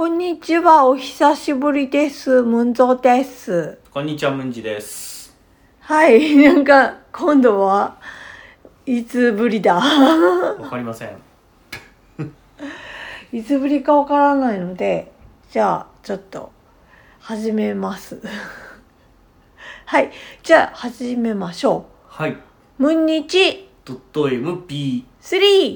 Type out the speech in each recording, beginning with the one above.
こんにちは、お久しぶりです。ムンゾです。 こんにちは、ムンジです。 はい、今度はいつぶりだわかりません。 いつぶりかわからないので、じゃあちょっと始めますはい、じゃあ始めましょう。はい。 ムンニチ .mp 3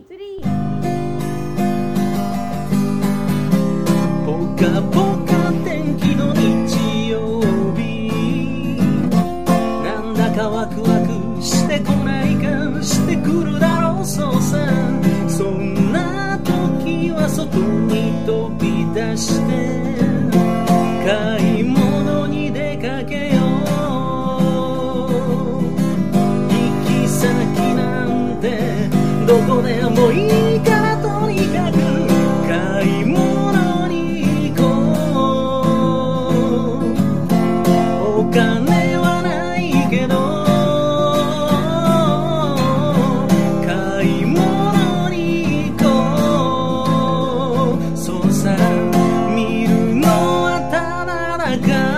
ポカポカ天気の日曜日、なんだかワクワクしてこないか、してくるだろう、そうさ。そんな時は外に飛び出して買い物に出かけよう。行き先なんてどこでもいいから、とにかく買い物に行こう。お金はないけど買い物に行こう。そうさ、見るのはただだ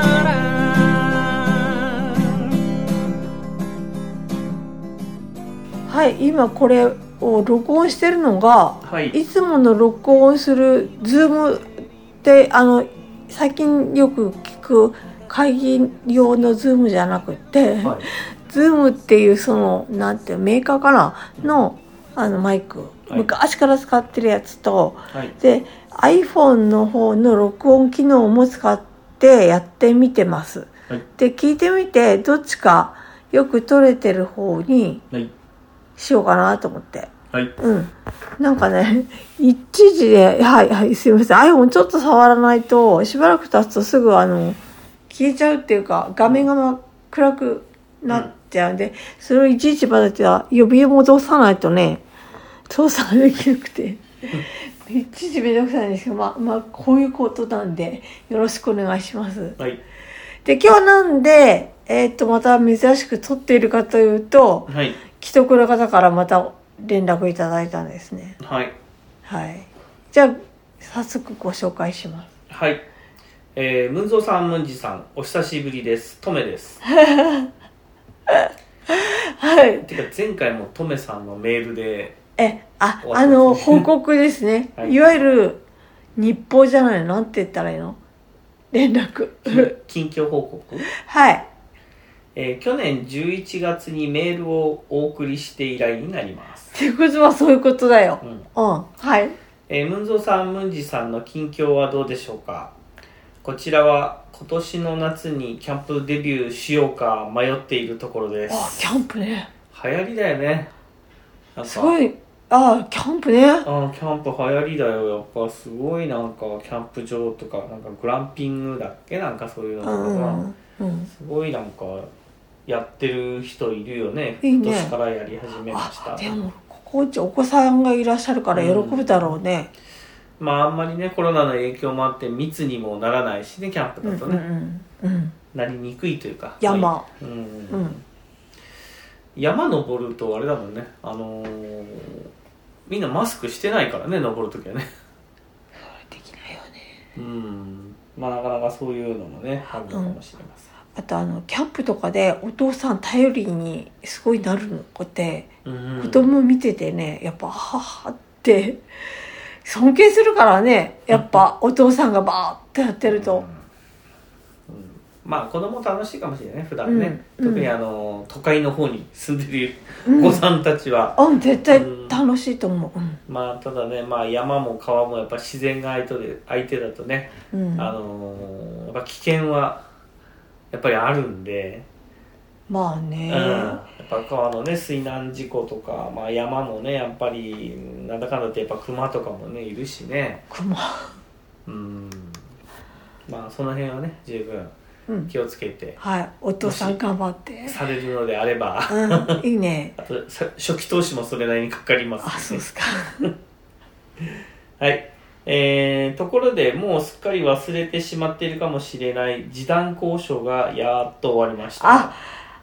はい、今これを録音してるのが、 はい、 いつもの録音するズームで最近よく聞く会議用のズームじゃなくて、 はい、 ズームっていうなんていうメーカーかなのマイク、 はい、 昔から使ってるやつと、 はい、 で iPhone の方の録音機能も使ってやってみてます、 はい、 で聞いてみてどっちかよく撮れてる方にしようかなと思って、 はい、 なんかね、一時で、はい、すいません。iPhone ちょっと触らないと、しばらく経つとすぐ消えちゃうっていうか、画面が暗くなっちゃうんで、それをいちいちまた呼び戻さないとね、操作できなくて、いちいちめんどくさいんですけど、まあ、こういうことなんで、よろしくお願いします。 はい。 で、今日なんで、また珍しく撮っているかというと、 はい。 既得な方からまた連絡いただいたんですね。 はい。 はい。じゃあ早速ご紹介します。 はい。ムンゾーさん、ムンジさん、お久しぶりです。トメです。 はい。 てか前回もトメさんのメールで、 報告ですね。はい、いわゆる日報じゃないの、なんて言ったらいいの？連絡。 近況報告。 はい。 去年11月にメールをお送りして以来になります。 っていうことはそういうことだよ。はい。 ムンゾーさん、ムンジさんの近況はどうでしょうか。こちらは今年の夏にキャンプデビューしようか迷っているところです。 キャンプね。 流行りだよね。 すごい。キャンプね。 キャンプ流行りだよ。やっぱすごいキャンプ場とかグランピングだっけ、そういうのとか、すごいやってる人いるよね。今年からやり始めました。 でもここお子さんがいらっしゃるから喜ぶだろうね。 あんまりね、コロナの影響もあって密にもならないしね、キャンプだとね、なりにくいというか、 山、 山登るとあれだもんね、みんなマスクしてないからね、登るときはね。 できないよね。 なかなかそういうのもねあるのかもしれません。 あとキャンプとかでお父さん頼りにすごいなるのって、子供見ててね、やっぱ母って尊敬するからね、やっぱお父さんがバーってやってると、 子供楽しいかもしれないね、普段ね、特に都会の方に住んでるお子さんたちは、 絶対楽しいと思う。 ただね、山も川もやっぱ自然が相手だとね、やっぱ危険はやっぱりあるんで、 まあね、 やっぱ川のね水難事故とか、山もねやっぱりなんだかんだってやっぱ熊とかもねいるしね。 熊。 その辺はね十分気をつけて、 はい、お父さん頑張ってされるのであれば、 いいね。 あと初期投資もそれなりにかかります、ね。 そうですか。 はい。ところでもうすっかり忘れてしまっているかもしれない示談交渉がやっと終わりました。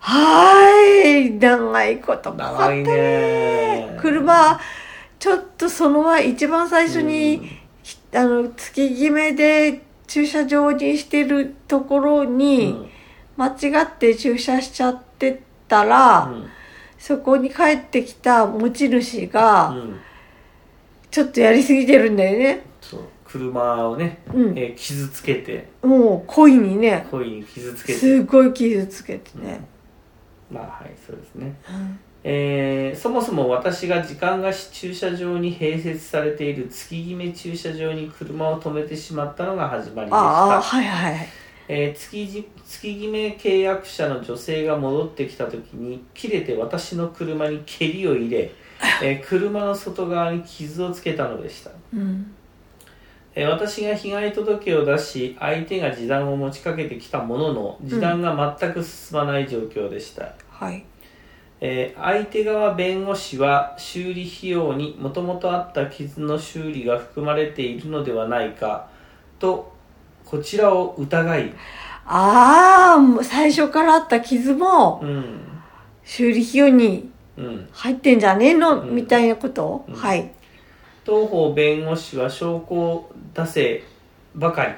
長いことかかったね。車ちょっと一番最初に月決めで駐車場にしてるところに間違って駐車しちゃってたら、そこに帰ってきた持ち主がちょっとやりすぎてるんだよね。 そう車をね、傷つけて、 もう故意に傷つけて、 すごい傷つけてね、 まあはいそうですね、そもそも私が時間貸し駐車場に併設されている月決め駐車場に車を止めてしまったのが始まりでした。 はいはいはい。 月決め契約者の女性が戻ってきた時に切れて私の車に蹴りを入れ、車の外側に傷をつけたのでした、私が被害届を出し相手が示談を持ちかけてきたものの示談が全く進まない状況でした、相手側弁護士は修理費用にもともとあった傷の修理が含まれているのではないかとこちらを疑い、 最初からあった傷も修理費用に入ってんじゃねえの、みたいなこと、 当方弁護士は証拠を出せばかり、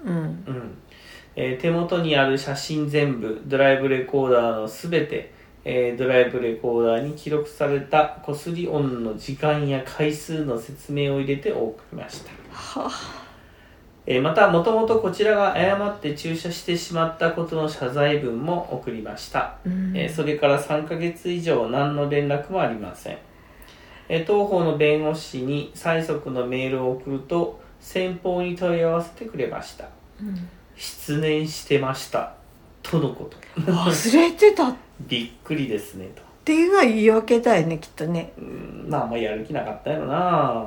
手元にある写真全部、ドライブレコーダーのすべて、ドライブレコーダーに記録されたこすり音の時間や回数の説明を入れて送りました。またもともとこちらが誤って駐車してしまったことの謝罪文も送りました、それから3ヶ月以上何の連絡もありません。当方の弁護士に催促のメールを送ると先方に問い合わせてくれました、失念してましたとのこと。 忘れてたびっくりですねとっていうのは言い訳だよね、きっとね。 まあやる気なかったやろな。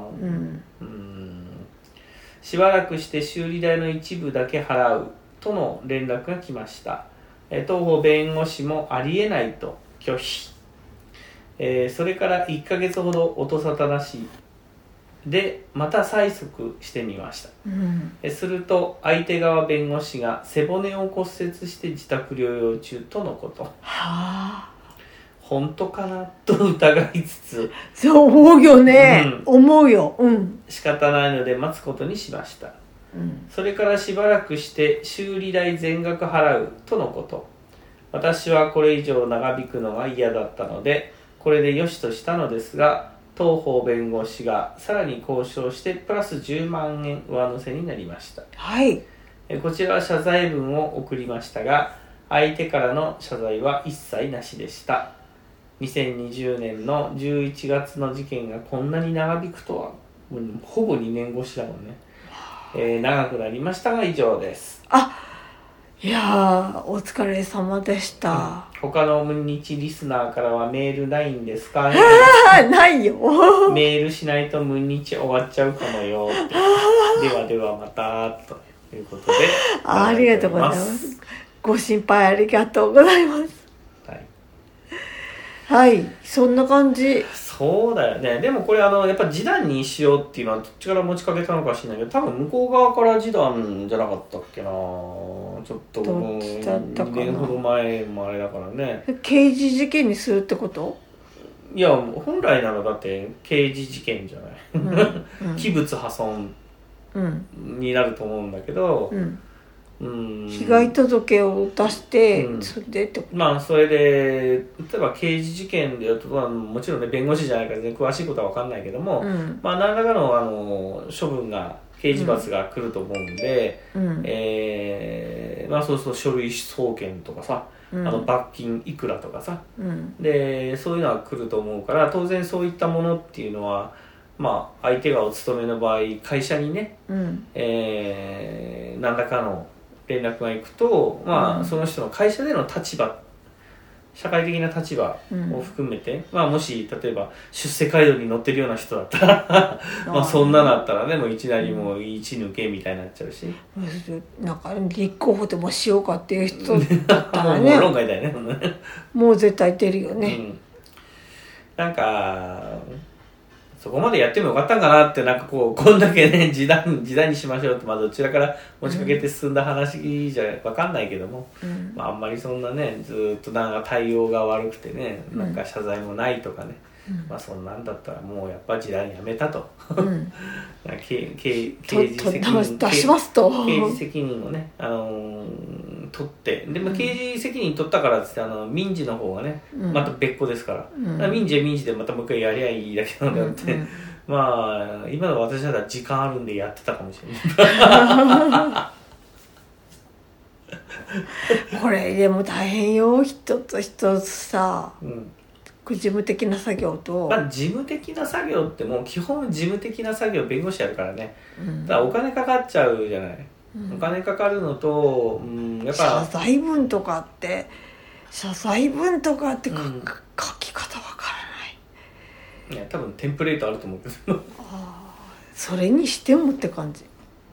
しばらくして修理代の一部だけ払うとの連絡が来ました。当方弁護士もありえないと拒否。それから1ヶ月ほど音沙汰なしでまた催促してみました、すると相手側弁護士が背骨を骨折して自宅療養中とのこと。本当かなと疑いつつ、 そう思うよね、思うよ、 仕方ないので待つことにしました、それからしばらくして修理代全額払うとのこと。私はこれ以上長引くのが嫌だったのでこれでよしとしたのですが、当方弁護士がさらに交渉してプラス10万円上乗せになりました、こちらは謝罪文を送りましたが相手からの謝罪は一切なしでした。2020年の11月の事件がこんなに長引くとは、もうほぼ2年越しだもんね、長くなりましたが以上です。 いやーお疲れ様でした、 他の日リスナーからはメールないんですかね。 ないよメールしないと日終わっちゃうかもよってではではまたということでありがとうございます。ご心配ありがとうございます。はい、そんな感じ。 そうだよね。でもこれやっぱ示談にしようっていうのはどっちから持ちかけたのかしらないけど、多分向こう側から示談じゃなかったっけな。ちょっともう2年ほど前もあれだからね。 刑事事件にするってこと？ いや本来ならだって刑事事件じゃない、器物破損になると思うんだけど、 被害届を出して、それでってこと？ それで例えば刑事事件でいうと、もちろんね弁護士じゃないから全然詳しいことは分かんないけども、何らかの処分が刑事罰が来ると思うんで、そうそう書類送検とかさ、罰金いくらとかさ、でそういうのは来ると思うから、当然そういったものっていうのは相手がお勤めの場合会社にね、何らかの連絡がいくと、その人の会社での立場、社会的な立場を含めて、もし例えば出世街道に乗ってるような人だったらそんなだったらね、もういきなりもう一抜けみたいになっちゃうし、 なんか立候補でもしようかっていう人だったらねもう論外だよねもう絶対出るよね、 なんかそこまでやってもよかったんかなって、なんかこんだけね時代にしましょうって、どちらから持ちかけて進んだ話じゃ分かんないけども、あんまりそんなねずっとなんか対応が悪くてね、なんか謝罪もないとかね、 まあそんなんだったらもうやっぱ時代やめたと、 うん刑事責任出しますと刑事責任をね、取ってでも刑事責任取ったからっつって民事の方がね、また別個ですから、だから民事は民事でまたもう一回やりゃいいだけなんだって、まあ今の私だったら時間あるんでやってたかもしれないこれでも大変よ、一つ一つさ、事務的な作業と、 まあ、事務的な作業ってもう基本事務的な作業弁護士やるからね、だからお金かかっちゃうじゃない、お金かかるのと、やっぱ謝罪文とかって書き方わからない。 いや多分テンプレートあると思うけどそれにしてもって感じ。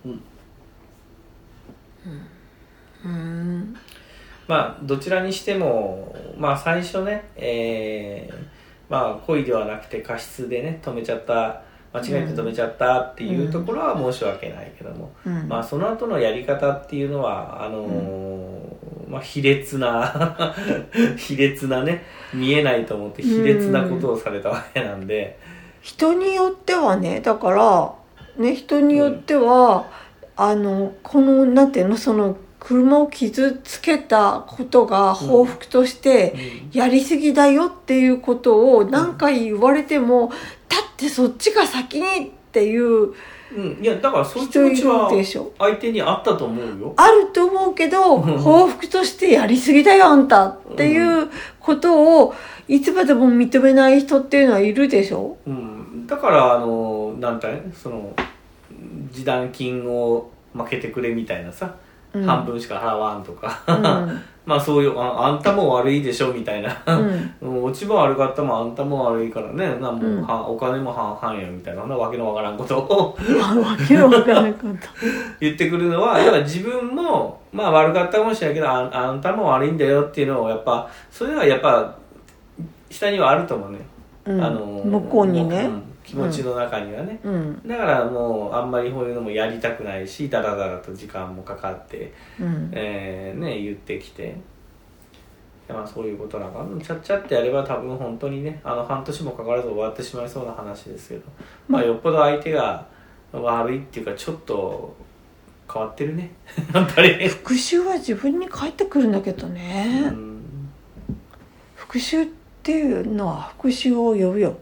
まあどちらにしてもまあ最初ね、まあ故意ではなくて過失でね止めちゃった間違えて止めちゃったっていうところは申し訳ないけども、まあその後のやり方っていうのはまあ卑劣な卑劣なね見えないと思って卑劣なことをされたわけなんで、 人によってはね、だからね、人によっては、このなんていうの、その車を傷つけたことが報復としてやりすぎだよっていうことを何回言われても、だってそっちが先にっていういやだからそういう気持ちは相手にあったと思うよ。 あると思うけど報復としてやりすぎだよあんたっていうことをいつまでも認めない人っていうのはいるでしょ。 だからなんてその示談金を負けてくれみたいなさ、半分しか払わんとか、まあそういうあんたも悪いでしょみたいな、うちも悪かったもんあんたも悪いからねお金も半々やみたいなわけのわからんことをわけのわからんこと言ってくるのはやっぱ自分もまあ悪かったかもしれないけどあんたも悪いんだよっていうのをやっぱそれはやっぱ下にはあると思うね、 向こうにね、 気持ちの中にはね、だからもうあんまりこういうのもやりたくないしだらだらと時間もかかって、言ってきて、まあ、そういうことなんかちゃっちゃってやれば多分本当にね半年もかからず終わってしまいそうな話ですけど、まあよっぽど相手が悪いっていうかちょっと変わってるねやっぱり復讐は自分に返ってくるんだけどね、復讐っていうのは復讐を呼ぶよ。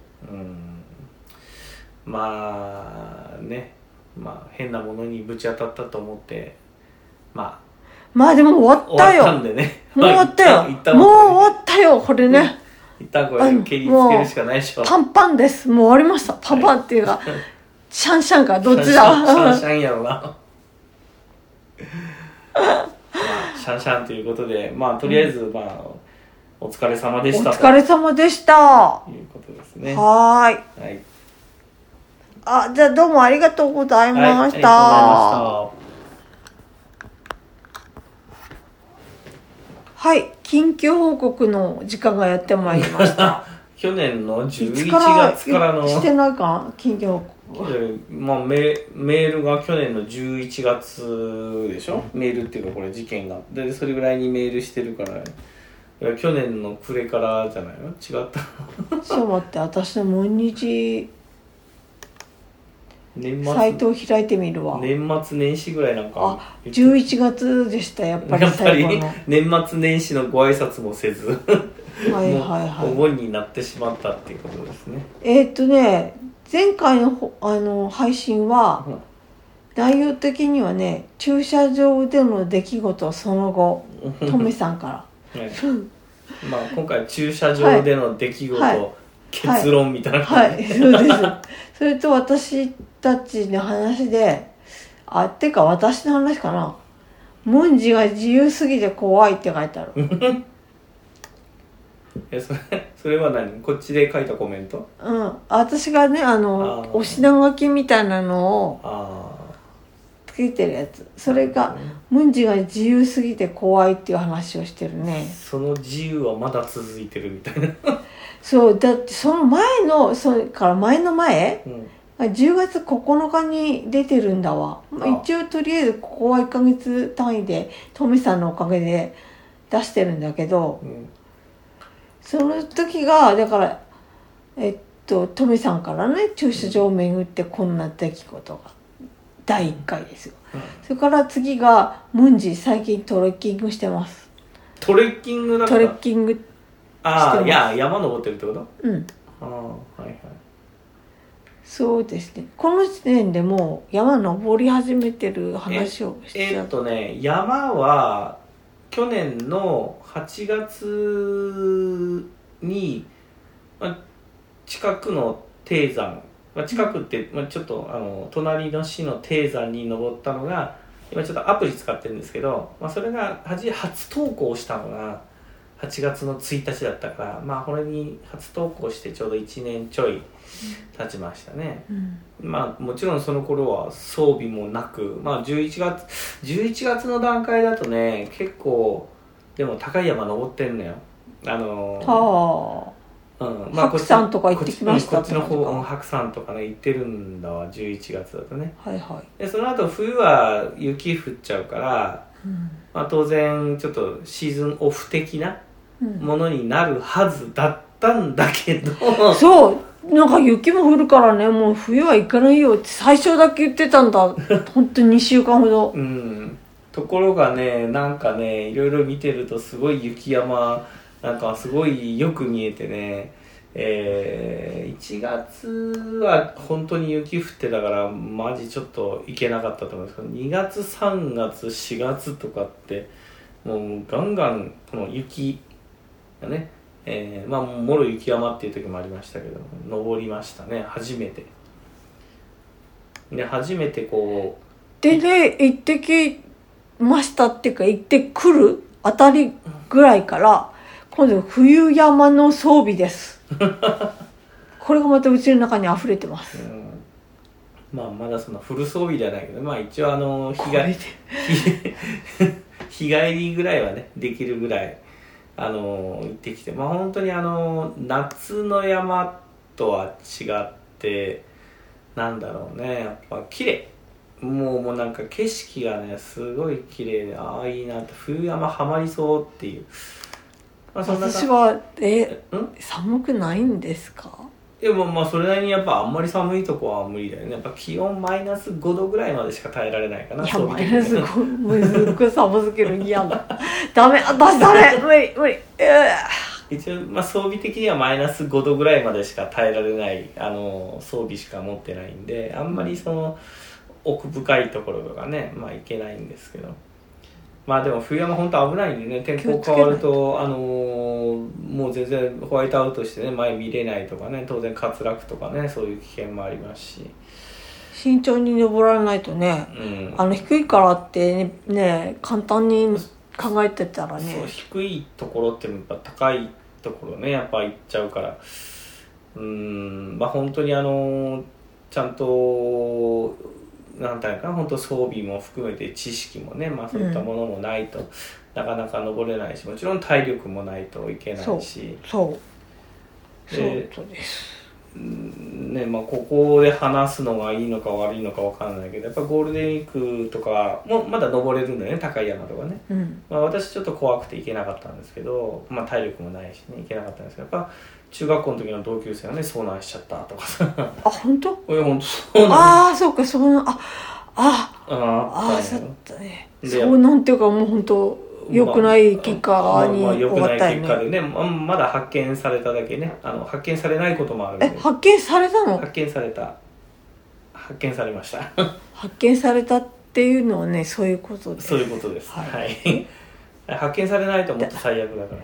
まあね、まあ変なものにぶち当たったと思ってまあでも終わったよ。 終わったんでね。 もう終わったよ。もう終わったよこれね。 一旦これ蹴りつけるしかないでしょ。 パンパンです。もう終わりました。パンパンっていうか、シャンシャンかどっちだ。 シャンシャンやろな。まあシャンシャンということで、まあとりあえずまあお疲れ様でした。 お疲れ様でした。 ということですね。 はい。じゃあどうもありがとうございました。 ありがとうございました。 はい、緊急報告の時間がやってまいりました去年の11月からのしてないか緊急報告、 まあ、メールが去年の11月でしょ、メールっていうかこれ事件がでそれぐらいにメールしてるから去年の暮れからじゃないの違ったちょっと待って私の毎日サイトを開いてみるわ。 年末年始ぐらいなんか 11月でしたやっぱり最後の年末年始のご挨拶もせずはいお盆になってしまったっていうことですね。 前回の配信は、内容的にはね駐車場での出来事その後トメさんから、 まあ今回駐車場での出来事、結論みたいなそうですそれと私たちの話でてか私の話かな、文字が自由すぎて怖いって書いてあるそれは何こっちで書いたコメント？ 私がねお品書きみたいなのをつけてるやつ、それが文字が自由すぎて怖いっていう話をしてるね。 その自由はまだ続いてるみたいなそうだってその前のそれから前の前、10月9日に出てるんだわ。一応とりあえずここは1ヶ月単位でトメさんのおかげで出してるんだけど、その時がだからトメさんからね駐車場を巡ってこんな出来事が第1回ですよ、それから次がムンジ最近トレッキングしてます。 トレッキングだった。 トレッキングしてます。 いや山登ってるってこと？はいはい。 そうですね。この時点でもう山登り始めてる話をしてた。 山は去年の8月に、近くの低山、近くって、ちょっと隣の市の低山に登ったのが、今ちょっとアプリ使ってるんですけど、それが初投稿したのが8月の1日だったから、これに初投稿してちょうど1年ちょい経ちましたね、もちろんその頃は装備もなく、11月の段階だとね結構でも高い山登ってんのよ。 白山とか行ってきました。 こっちの方白山とかね行ってるんだわ、11月だとね。 はいはい。 でその後冬は雪降っちゃうから、当然ちょっとシーズンオフ的なものになるはずだったんだけど、 そうなんか雪も降るからね、もう冬は行かないよって最初だけ言ってたんだ本当に2週間ほど。 ところがねなんかねいろいろ見てるとすごい雪山なんかすごいよく見えてね、1月は本当に雪降ってたからマジちょっと行けなかったと思うんですけど、2月3月4月とかってもうガンガンこの雪がね、もろ雪山っていう時もありましたけど登りましたね、初めてでこうでね行ってきましたっていうか行ってくるあたりぐらいから今度冬山の装備ですこれがまたうちの中に溢れてます。 まだそのフル装備じゃないけど一応日帰りぐらいはねできるぐらい行ってきて、本当に夏の山とは違ってなんだろうね、やっぱ綺麗、もうなんか景色がねすごい綺麗で、いいなって冬山ハマりそうっていう。 私は寒くないんですか？ でもそれなりにやっぱあんまり寒いとこは無理だよね。やっぱ気温マイナス5度ぐらいまでしか耐えられないかな。 いやマイナス5もうすっごい寒すぎる嫌だダメ、私ダメ無理一応装備的にはマイナス5度ぐらいまでしか耐えられない装備しか持ってないんで、あんまりその奥深いところとかねいけないんですけど、でも冬山本当危ないんでね、天候変わるともう全然ホワイトアウトしてね前見れないとかね、当然滑落とかねそういう危険もありますし、 慎重に登らないとね、低いからってね簡単に考えてたらね、 そう低いところってやっぱ高いところねやっぱ行っちゃうから、本当にちゃんとなんていうかな、本当装備も含めて知識もね、そういったものもないと、なかなか登れないし、もちろん体力もないといけないし、 そうですね、ここで話すのがいいのか悪いのか分からないけど、やっぱゴールデンウィークとかもまだ登れるんだよね、高い山とかね、私ちょっと怖くて行けなかったんですけど、体力もないしね行けなかったんですけど、やっぱ中学校の時の同級生はね遭難しちゃったとかさ本当？ 本当そうなんそうかそうだね、そうなんていうかもう本当良くない結果に終わったよね。良くない結果でね、まだ発見されただけね、発見されないこともあるんで。 発見されたの？ 発見されました発見されたっていうのはねそういうことです。 そういうことです、はい発見されないともっと最悪だから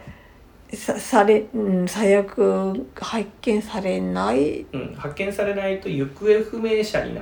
最悪発見されない、 発見されないと行方不明者になって、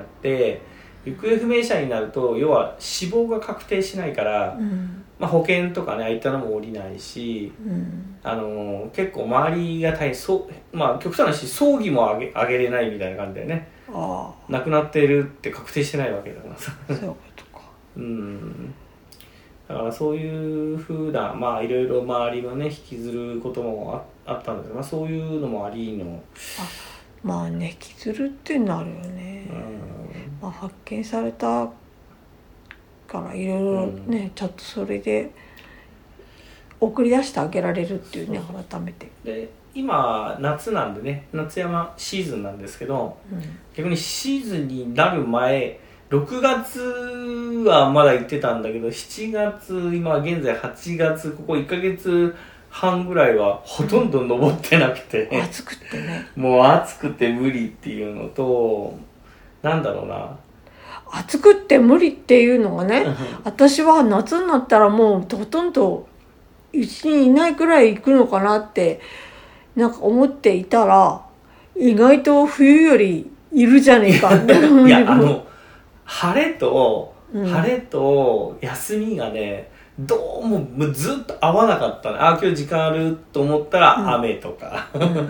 行方不明者になると要は死亡が確定しないから、保険とかねああいったのも下りないし、結構周りが大変極端な話葬儀もあげれないみたいな感じだよね。亡くなっているって確定してないわけだからさそういうことか。 だからそういう風ないろいろ周りのね引きずることも あったんですけど、そういうのもありの引きずるってなるよね。発見されたからいろいろね、ちょっとそれで送り出してあげられるっていうね、改めてで今夏なんでね、夏山シーズンなんですけど、 うん逆にシーズンになる前6月はまだ行ってたんだけど、7月今現在8月ここ1ヶ月半ぐらいはほとんど登ってなくて、 暑くってね、 もう暑くて無理っていうのと、なんだろうな、 暑くって無理っていうのがね、私は夏になったらもうほとんどうちにいないくらい行くのかなってなんか思っていたら、意外と冬よりいるじゃねえかっていや晴れと休みがね、どうもずっと合わなかったね。今日時間あると思ったら雨とか、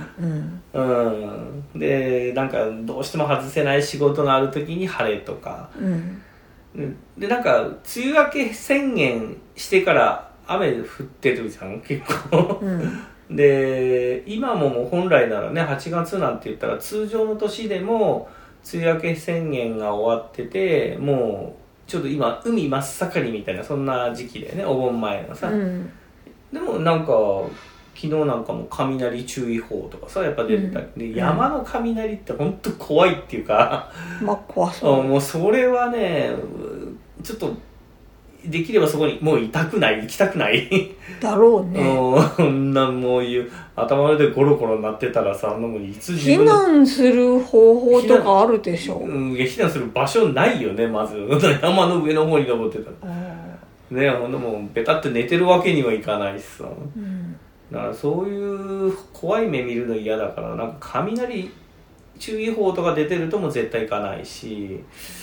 でなんかどうしても外せない仕事がある時に晴れとか、でなんか梅雨明け宣言してから雨降ってるじゃん結構、で今もう本来ならね8月なんて言ったら通常の年でも梅雨明け宣言が終わってて、もうちょっと今海真っ盛りみたいなそんな時期だよね、お盆前のさ、でもなんか昨日なんかも雷注意報とかさやっぱ出てたりで、山の雷って本当怖いっていうか、 まあ怖そう。 もうそれはねちょっとできればそこにもう行きたくないだろうね。 そんなもういう頭でゴロゴロなってたらさ、もういつ自避分難する方法とかあるでしょ。 避難する場所ないよね、まず山の上の方に登ってたらね、ほんでもうベタって寝てるわけにはいかないしさ、だからそういう怖い目見るの嫌だから、なんか雷注意報とか出てるとも絶対行かないし、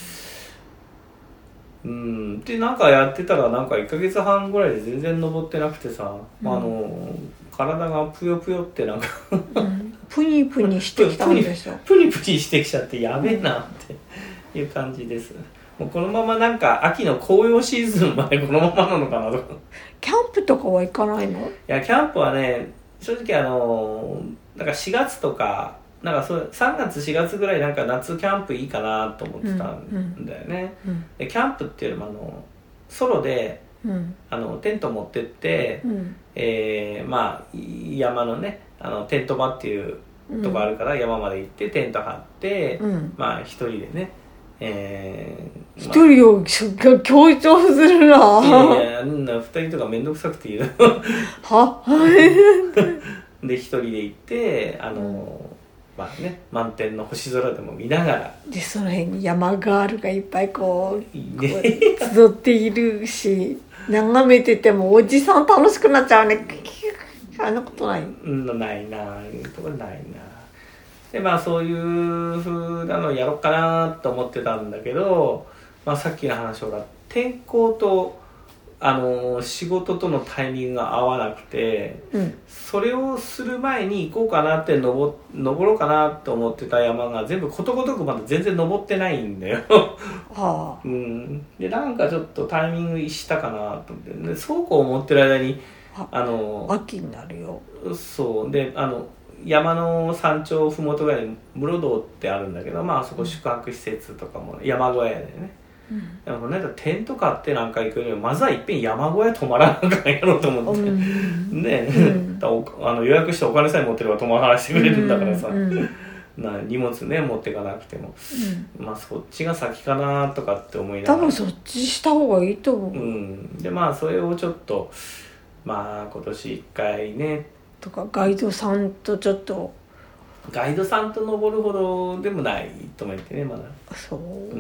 でなんかやってたらなんか1ヶ月半ぐらいで全然登ってなくてさ、体がぷよぷよってなんかプニプニしてきたんでしょ。 プニプニしてきちゃってやべえなっていう感じです。もうこのままなんか秋の紅葉シーズンまでこのままなのかなとか。 キャンプとかは行かないの？ いやキャンプはね正直なんか4月とかなんかそう3月4月ぐらいなんか夏キャンプいいかなと思ってたんだよね、でキャンプっていうよりもソロで、テント持ってって、まあ山のねテント場っていうとこあるから、山まで行ってテント張って、まあ一人でね、 一人を強調するな。 2人とかめんどくさくていいはで一人で行ってまあね、満天の星空でも見ながら、 でその辺に山ガールがいっぱいこう集っているし、眺めててもおじさん楽しくなっちゃうね。あんなことない？ ないな、いうところないな。でまあそういう風なのやろうかなと思ってたんだけど、まあ、さっきの話ほら天候と仕事とのタイミングが合わなくて、それをする前に行こうかなって登ろうかなと思ってた山が全部ことごとくまだ全然登ってないんだよでなんかちょっとタイミング逸したかなと思って、でそうこう思ってる間に秋になるよ。 そうで山の山頂ふもとぐらいに室堂ってあるんだけど、まあそこ宿泊施設とかも、山小屋でね、でもなんかテント買ってなんか行くよりもまずはいっぺん山小屋泊まらなんかやろうと思って、ね、予約してお金さえ持ってれば泊まらせてくれるんだからさ、荷物ね持っていかなくても、まあそっちが先かなとかって思いながら、 多分そっちした方がいいと思う。 でまあそれをちょっとまあ今年1回ねとかガイドさんとちょっとガイドさんと登るほどでもないと思ってね、まだそう、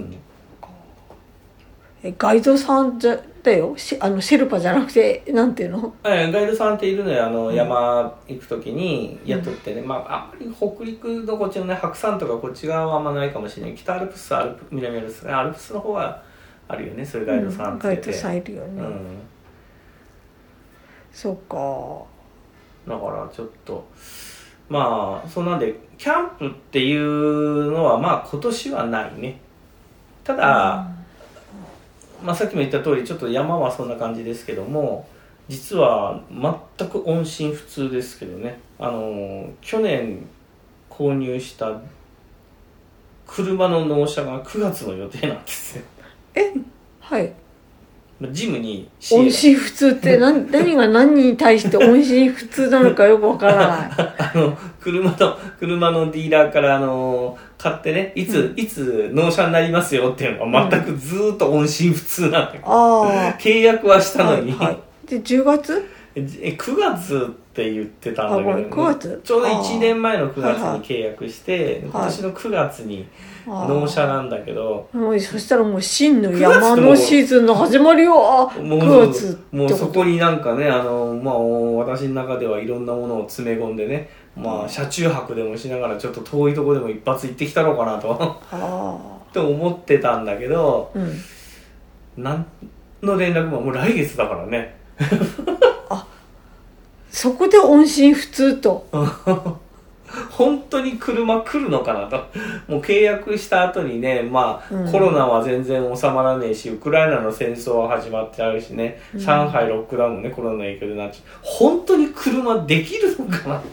ガイドさんだよ、シェルパじゃなくてなんていうの、 ガイドさんっているのよ、山行く時に雇ってね、まああんまり北陸のこっちのね白山とかこっち側はあんまないかもしれない、北アルプス南アルプスアルプスの方はあるよね、そういうガイドさんってガイドさんいるよね、そうか。 だからちょっとまあそうなんでキャンプっていうのはまあ今年はないね。ただ、まあ、さっきも言った通りちょっと山はそんな感じですけども、実は全く音信不通ですけどね、去年購入した車の納車が9月の予定なんですよ。 はい。 時ジムに仕入れ音信不通って何が何に対して音信不通なのかよくわからない車のディーラーから買ってねいつ納車になりますよっていうのが全くずーっと音信不通なんだけど、契約はしたのに、 はいはい、で10月 9月って言ってたんだけど、 9月ちょうど1年前の9月に契約して、今年の9月に納車なんだけど、 そしたらもう真の山のシーズンの始まりよ。9月もうそこになんかね私の中ではいろんなものを詰め込んでね、車中泊でもしながらちょっと遠いとこでも一発行ってきたろうかなとと思ってたんだけど、何の連絡ももう来月だからねそこで音信不通と本当に車来るのかなと。もう契約した後にね、コロナは全然収まらねえし、ウクライナの戦争は始まってあるしね、上海ロックダウンもねコロナの影響でなっちゃう。本当に車できるのかな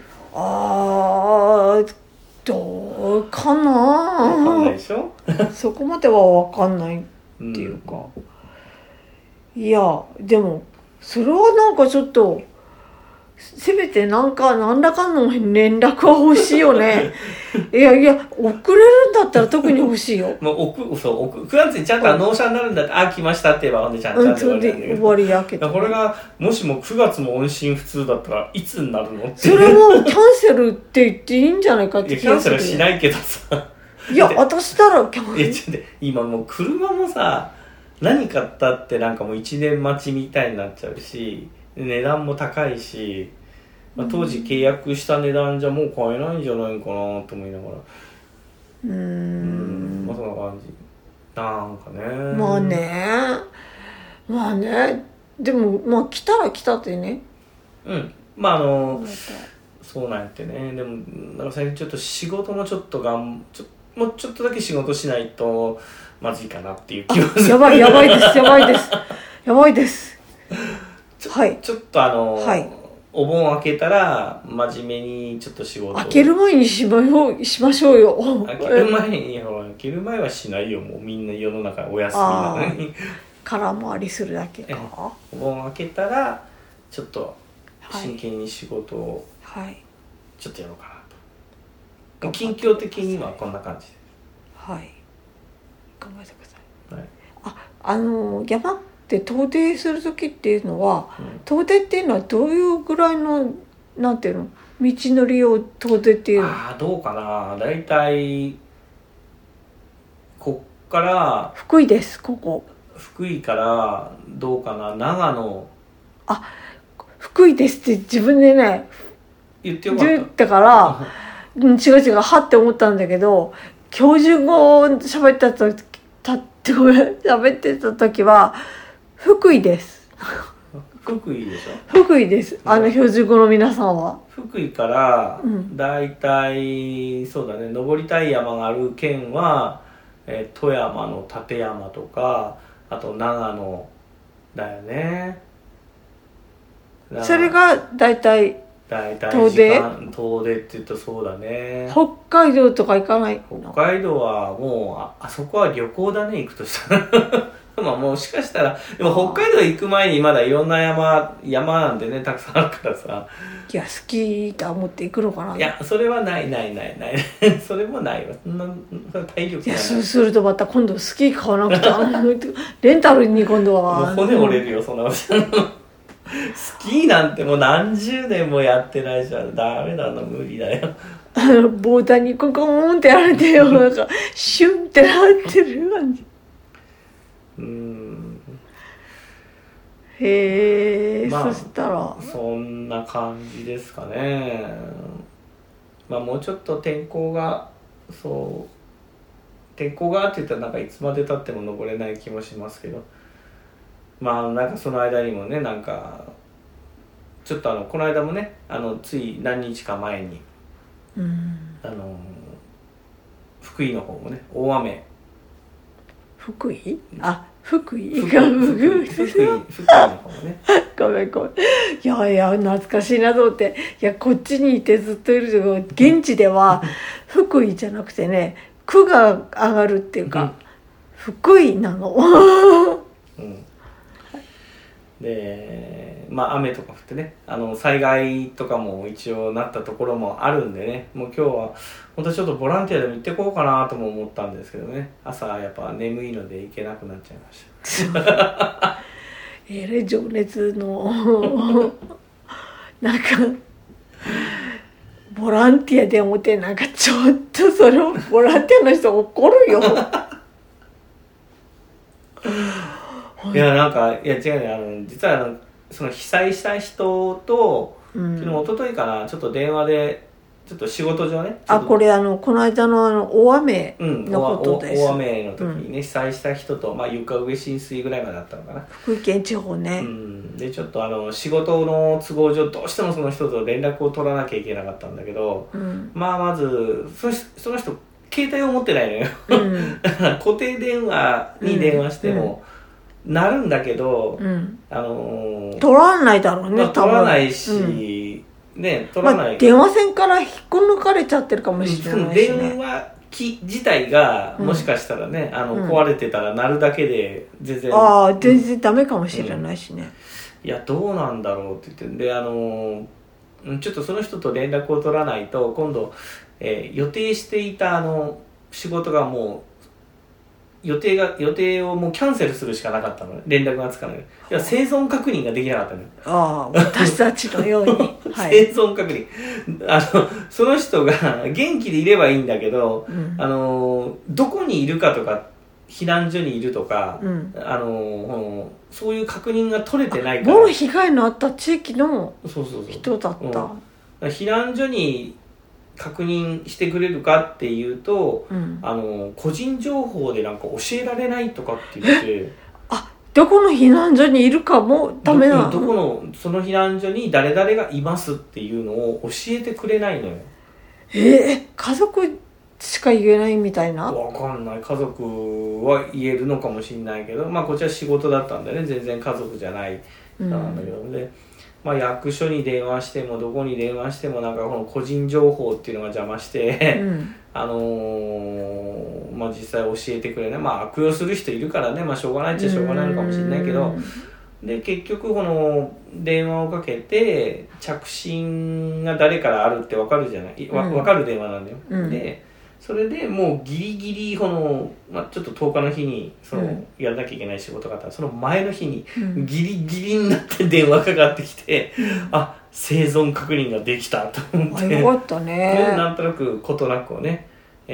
どうかな。 分かんないでしょそこまでは分かんないっていうか、いやでもそれはなんかちょっとせめて何らかの連絡は欲しいよねいや遅れるんだったら特に欲しいよもう9月にちゃんと納車になるんだって、来ましたって言えばほんでちゃんとそれで終わりやけど、 これがもしも9月も音信不通だったらいつになるのって。 それもキャンセルって言っていいんじゃないかって気がする。キャンセルはしないけどさいや私たらキャンセル今もう車もさ何買ったってなんかもう1年待ちみたいになっちゃうし、値段も高いし、当時契約した値段じゃもう買えないんじゃないかなと思いながら、そんな感じなんかね。 まあねでも来たら来たってね。 そうなんやってね。でもなんか最近ちょっと仕事もちょっともうちょっとだけ仕事しないとまずいかなっていう気がする。 やばいですはい、 ちょっとお盆開けたら真面目にちょっと仕事を開ける前にしましょうよ。 開ける前はしないよ。もうみんな世の中お休みなのに空回りするだけか。 お盆開けたらちょっと真剣に仕事をちょっとやろうかなと、近況的にはこんな感じで頑張ってください。山って遠出する時っていうのは、遠出っていうのはどういうぐらいのなんていうの道のりを遠出っていうの？ どうかな。だいたいこっから福井です。ここ福井からどうかな、長野。 福井ですって自分でね言ってよかった。 言ったから違うはって思ったんだけど、標準語を喋ってた時は福井です。 福井でしょ。 福井です。標準語の皆さんは福井からだいたいそうだね、登りたい山がある県は、富山の立山とか、あと長野だよね。 それがだいたい遠出って言うとそうだね。 北海道とか行かない？ 北海道はもうあそこは旅行だね、行くとしたらもしかしたらでも北海道行く前にまだいろんな山なんてねたくさんあるからさ。 いや好きと思って行くのかな。 いやそれはないそれもないわ。そんな体力ない。いやそうするとまた今度スキー買わなくてレンタルに今度はもう骨折れるよそんなことスキーなんてもう何十年もやってないじゃん。ダメだな、無理だよ。 ボーダーにココーンってやられてよ、なんかシュンってなってる感じ。へえ、そしたらそんな感じですかね。もうちょっと天候がって言ったらなんかいつまでたっても登れない気もしますけど、なんかその間にもね、なんかちょっとこの間もね、つい何日か前に福井の方もね大雨。 福井福井の方もねごめんいや懐かしいなと思って。いやこっちにいてずっといるけど、現地では福井じゃなくてね、区が上がるっていうか、福井なのでまあ雨とか降ってね災害とかも一応なったところもあるんでね、もう今日は本当はちょっとボランティアでも行ってこうかなとも思ったんですけどね、朝やっぱ眠いので行けなくなっちゃいました情熱のなんかボランティアで思ってなんかちょっとそれをボランティアの人怒るよいやなんかいや違うね、実はその被災した人と、昨日一昨日かなちょっと電話でちょっと仕事上ねこれこの間の大雨のことです、 大雨の時にね、被災した人と、まあ、床上浸水ぐらいまでだったのかな、 福井県地方ね、 でちょっと仕事の都合上どうしてもその人と連絡を取らなきゃいけなかったんだけど、まあまずその人携帯を持ってないのよ、だから固定電話に電話しても、なるんだけど、 取らないだろうね、多分取らないし、ね、取らない、 電話線から引っこ抜かれちゃってるかもしれないし、ね、 電話機自体がもしかしたらね、壊れてたら鳴るだけで全然全然ダメかもしれないしね、 いやどうなんだろうって言ってでちょっとその人と連絡を取らないと今度、予定していた仕事がもう予定をもうキャンセルするしかなかったの、連絡がつかない。いや生存確認ができなかったのよ。 私たちのように、 はい、生存確認その人が元気でいればいいんだけど、どこにいるかとか避難所にいるとか、そういう確認が取れてないから、 ボロ被害のあった地域の人だった、 避難所に確認してくれるかっていうと、個人情報でなんか教えられないとかって言ってどこの避難所にいるかもダメなの？ どこのその避難所に誰々がいますっていうのを教えてくれないのよ。 家族しか言えないみたいな？ わかんない。家族は言えるのかもしれないけど、まあこっちは仕事だったんだよね、全然家族じゃないなんだけど、でまあ、役所に電話してもどこに電話してもなんかこの個人情報っていうのが邪魔して、まあ、実際教えてくれない、まあ、悪用する人いるからね、まあ、しょうがないっちゃしょうがないのかもしれないけど、で結局この電話をかけて着信が誰からあるって分かるじゃない、分かる電話なんだよ、でそれでもうギリギリまあ、ちょっと10日の日にやらなきゃいけない仕事があったらその前の日にギリギリになって電話かかってきて、生存確認ができたと思って、 よかったね。 なんとなくことなくをね、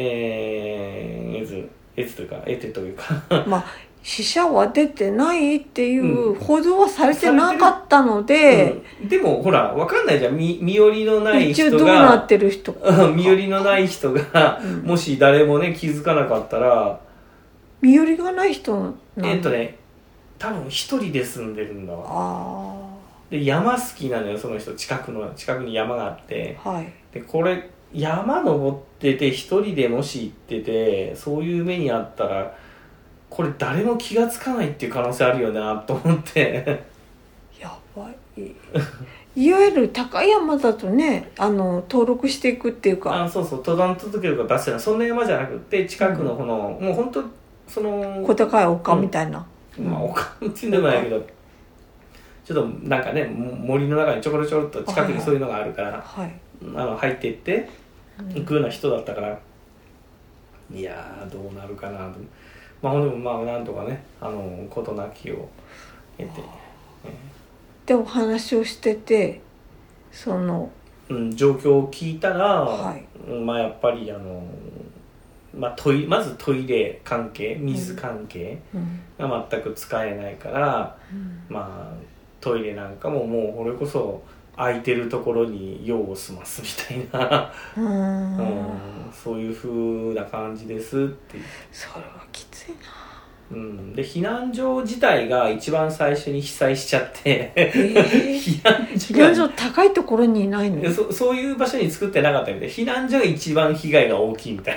得てというかまあ死者は出てないっていう報道はされてなかったので、 でもほら分かんないじゃん、身寄りのない人が一応どうなってる人身寄りのない人が、もし誰もね気づかなかったら、 身寄りがない人なん多分一人で住んでるんだわ。で山好きなのよその人、近くに山があって、でこれ山登ってて一人でもし行っててそういう目にあったらこれ誰も気がつかないっていう可能性あるよなと思ってやばいいわゆる高い山だとね登録していくっていうか、 そう登山届とか出してない、そんな山じゃなくて近くのもう本当小高い丘みたいな、 まあ丘っていうのもないけどちょっとなんかね森の中にちょこちょろっと近くにそういうのがあるから、入っていって行くような人だったから、いやーどうなるかなと。でもまあなんとかね事なきを得て、 でお話をしてて状況を聞いたら、まあやっぱりまずトイレ関係水関係が全く使えないから、まあトイレなんかももうこれこそ空いてるところに用を済ますみたいなそういう風な感じですって言って、 それはきついな。 で避難所自体が一番最初に被災しちゃって避難所高いところにいないの？ そういう場所に作ってなかったみたいで、避難所が一番被害が大きいみたい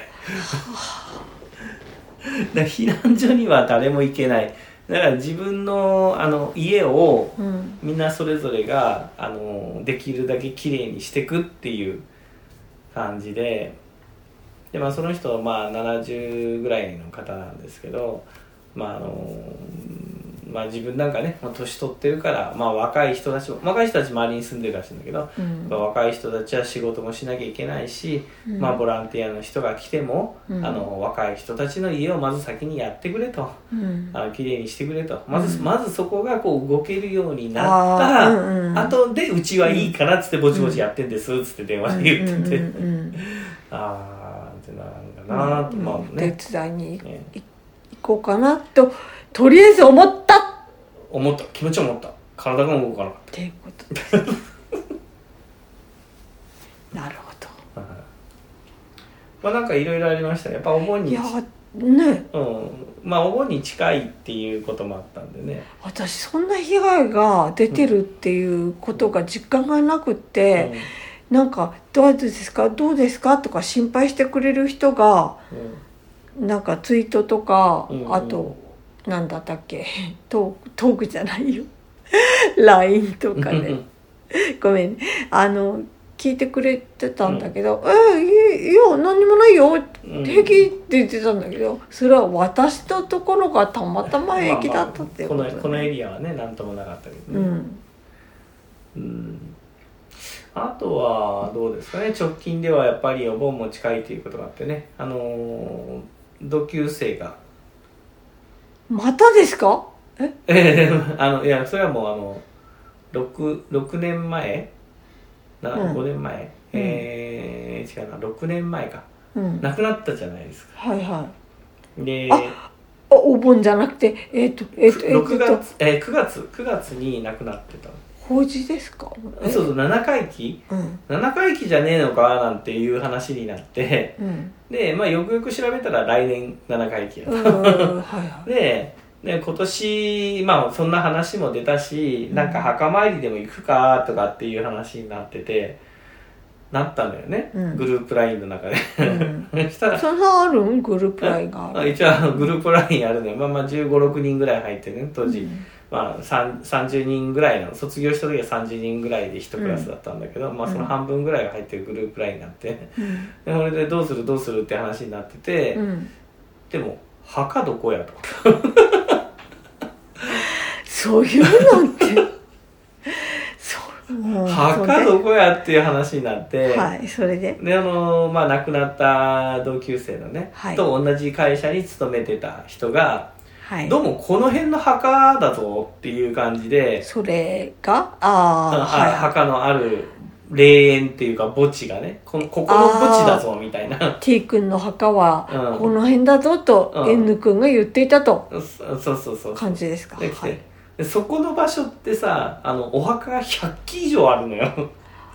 だから避難所には誰も行けない。だから自分の家をみんなそれぞれができるだけきれいにしていくっていう感じで、まあ、その人はまあ70ぐらいの方なんですけど、ままあ、自分なんかねもう年取ってるから、まあ、若い人たち周りに住んでるらしいんだけど、 うん、 若い人たちは仕事もしなきゃいけないし、 うん、 まあ、ボランティアの人が来ても、 うん、 若い人たちの家をまず先にやってくれと、 うん、 きれいにしてくれと、まずそこがこう動けるようになったあ、 ら、 うんうん、 後でうちはいいかなっつってぼちぼちやってんですっつって電話で言ってて、 うんうんうんうん、 ああってなんだなと、まあね、 手伝いに行こうかなととりあえず思った気持ち思った、体が動かなかったっていうことですなるほど、 まあなんかいろいろありましたね。やっぱお盆に、 いやね、 うん、まあお盆に近いっていうこともあったんでね。 私そんな被害が出てるっていうことが実感がなくって、なんかどうですかとか心配してくれる人が、なんかツイートとか、あとなんだったっけトークじゃないよLINE とかでごめん聞いてくれてたんだけど、いや何にもないよ平気って言ってたんだけど、それは私のところがたまたま平気だったっていうこと、ね、 このエリアはね何ともなかったけどね、あとはどうですかね、直近ではやっぱりお盆も近いということがあってね、同級生がまたですか？ いやそれはもう6年前5年前、違うな6年前か、亡くなったじゃないですか。 はいはい。 でお盆じゃなくて 9月に亡くなってたの。 法事ですか？ そう7回忌、7回忌じゃねえのかなんていう話になって、で、まあ、よくよく調べたら来年7回忌やったで今年、まあ、そんな話も出たし、なんか墓参りでも行くかとかっていう話になっててなったんだよね、グループ LINE の中で、そしたらそんなあるん？グループ LINE がある？ 一応グループ LINE あるのよ、まあ15、6人ぐらい入ってね当時、まあ、30人ぐらいの卒業した時は30人ぐらいで1クラスだったんだけど、まあ、その半分ぐらいが入ってるグループ LINE になって、でそれでどうするって話になってて、でも墓どこやとそういうのって墓どこやっていう話になって、 それでまあ、亡くなった同級生のね、と同じ会社に勤めてた人が、どうもこの辺の墓だぞっていう感じで、 それが墓のある霊園っていうか墓地がね、ここの墓地だぞみたいな T 君の墓はこの辺だぞと N 君が言っていたとそう感じですか？ でそこの場所ってさ、お墓が100基以上あるのよ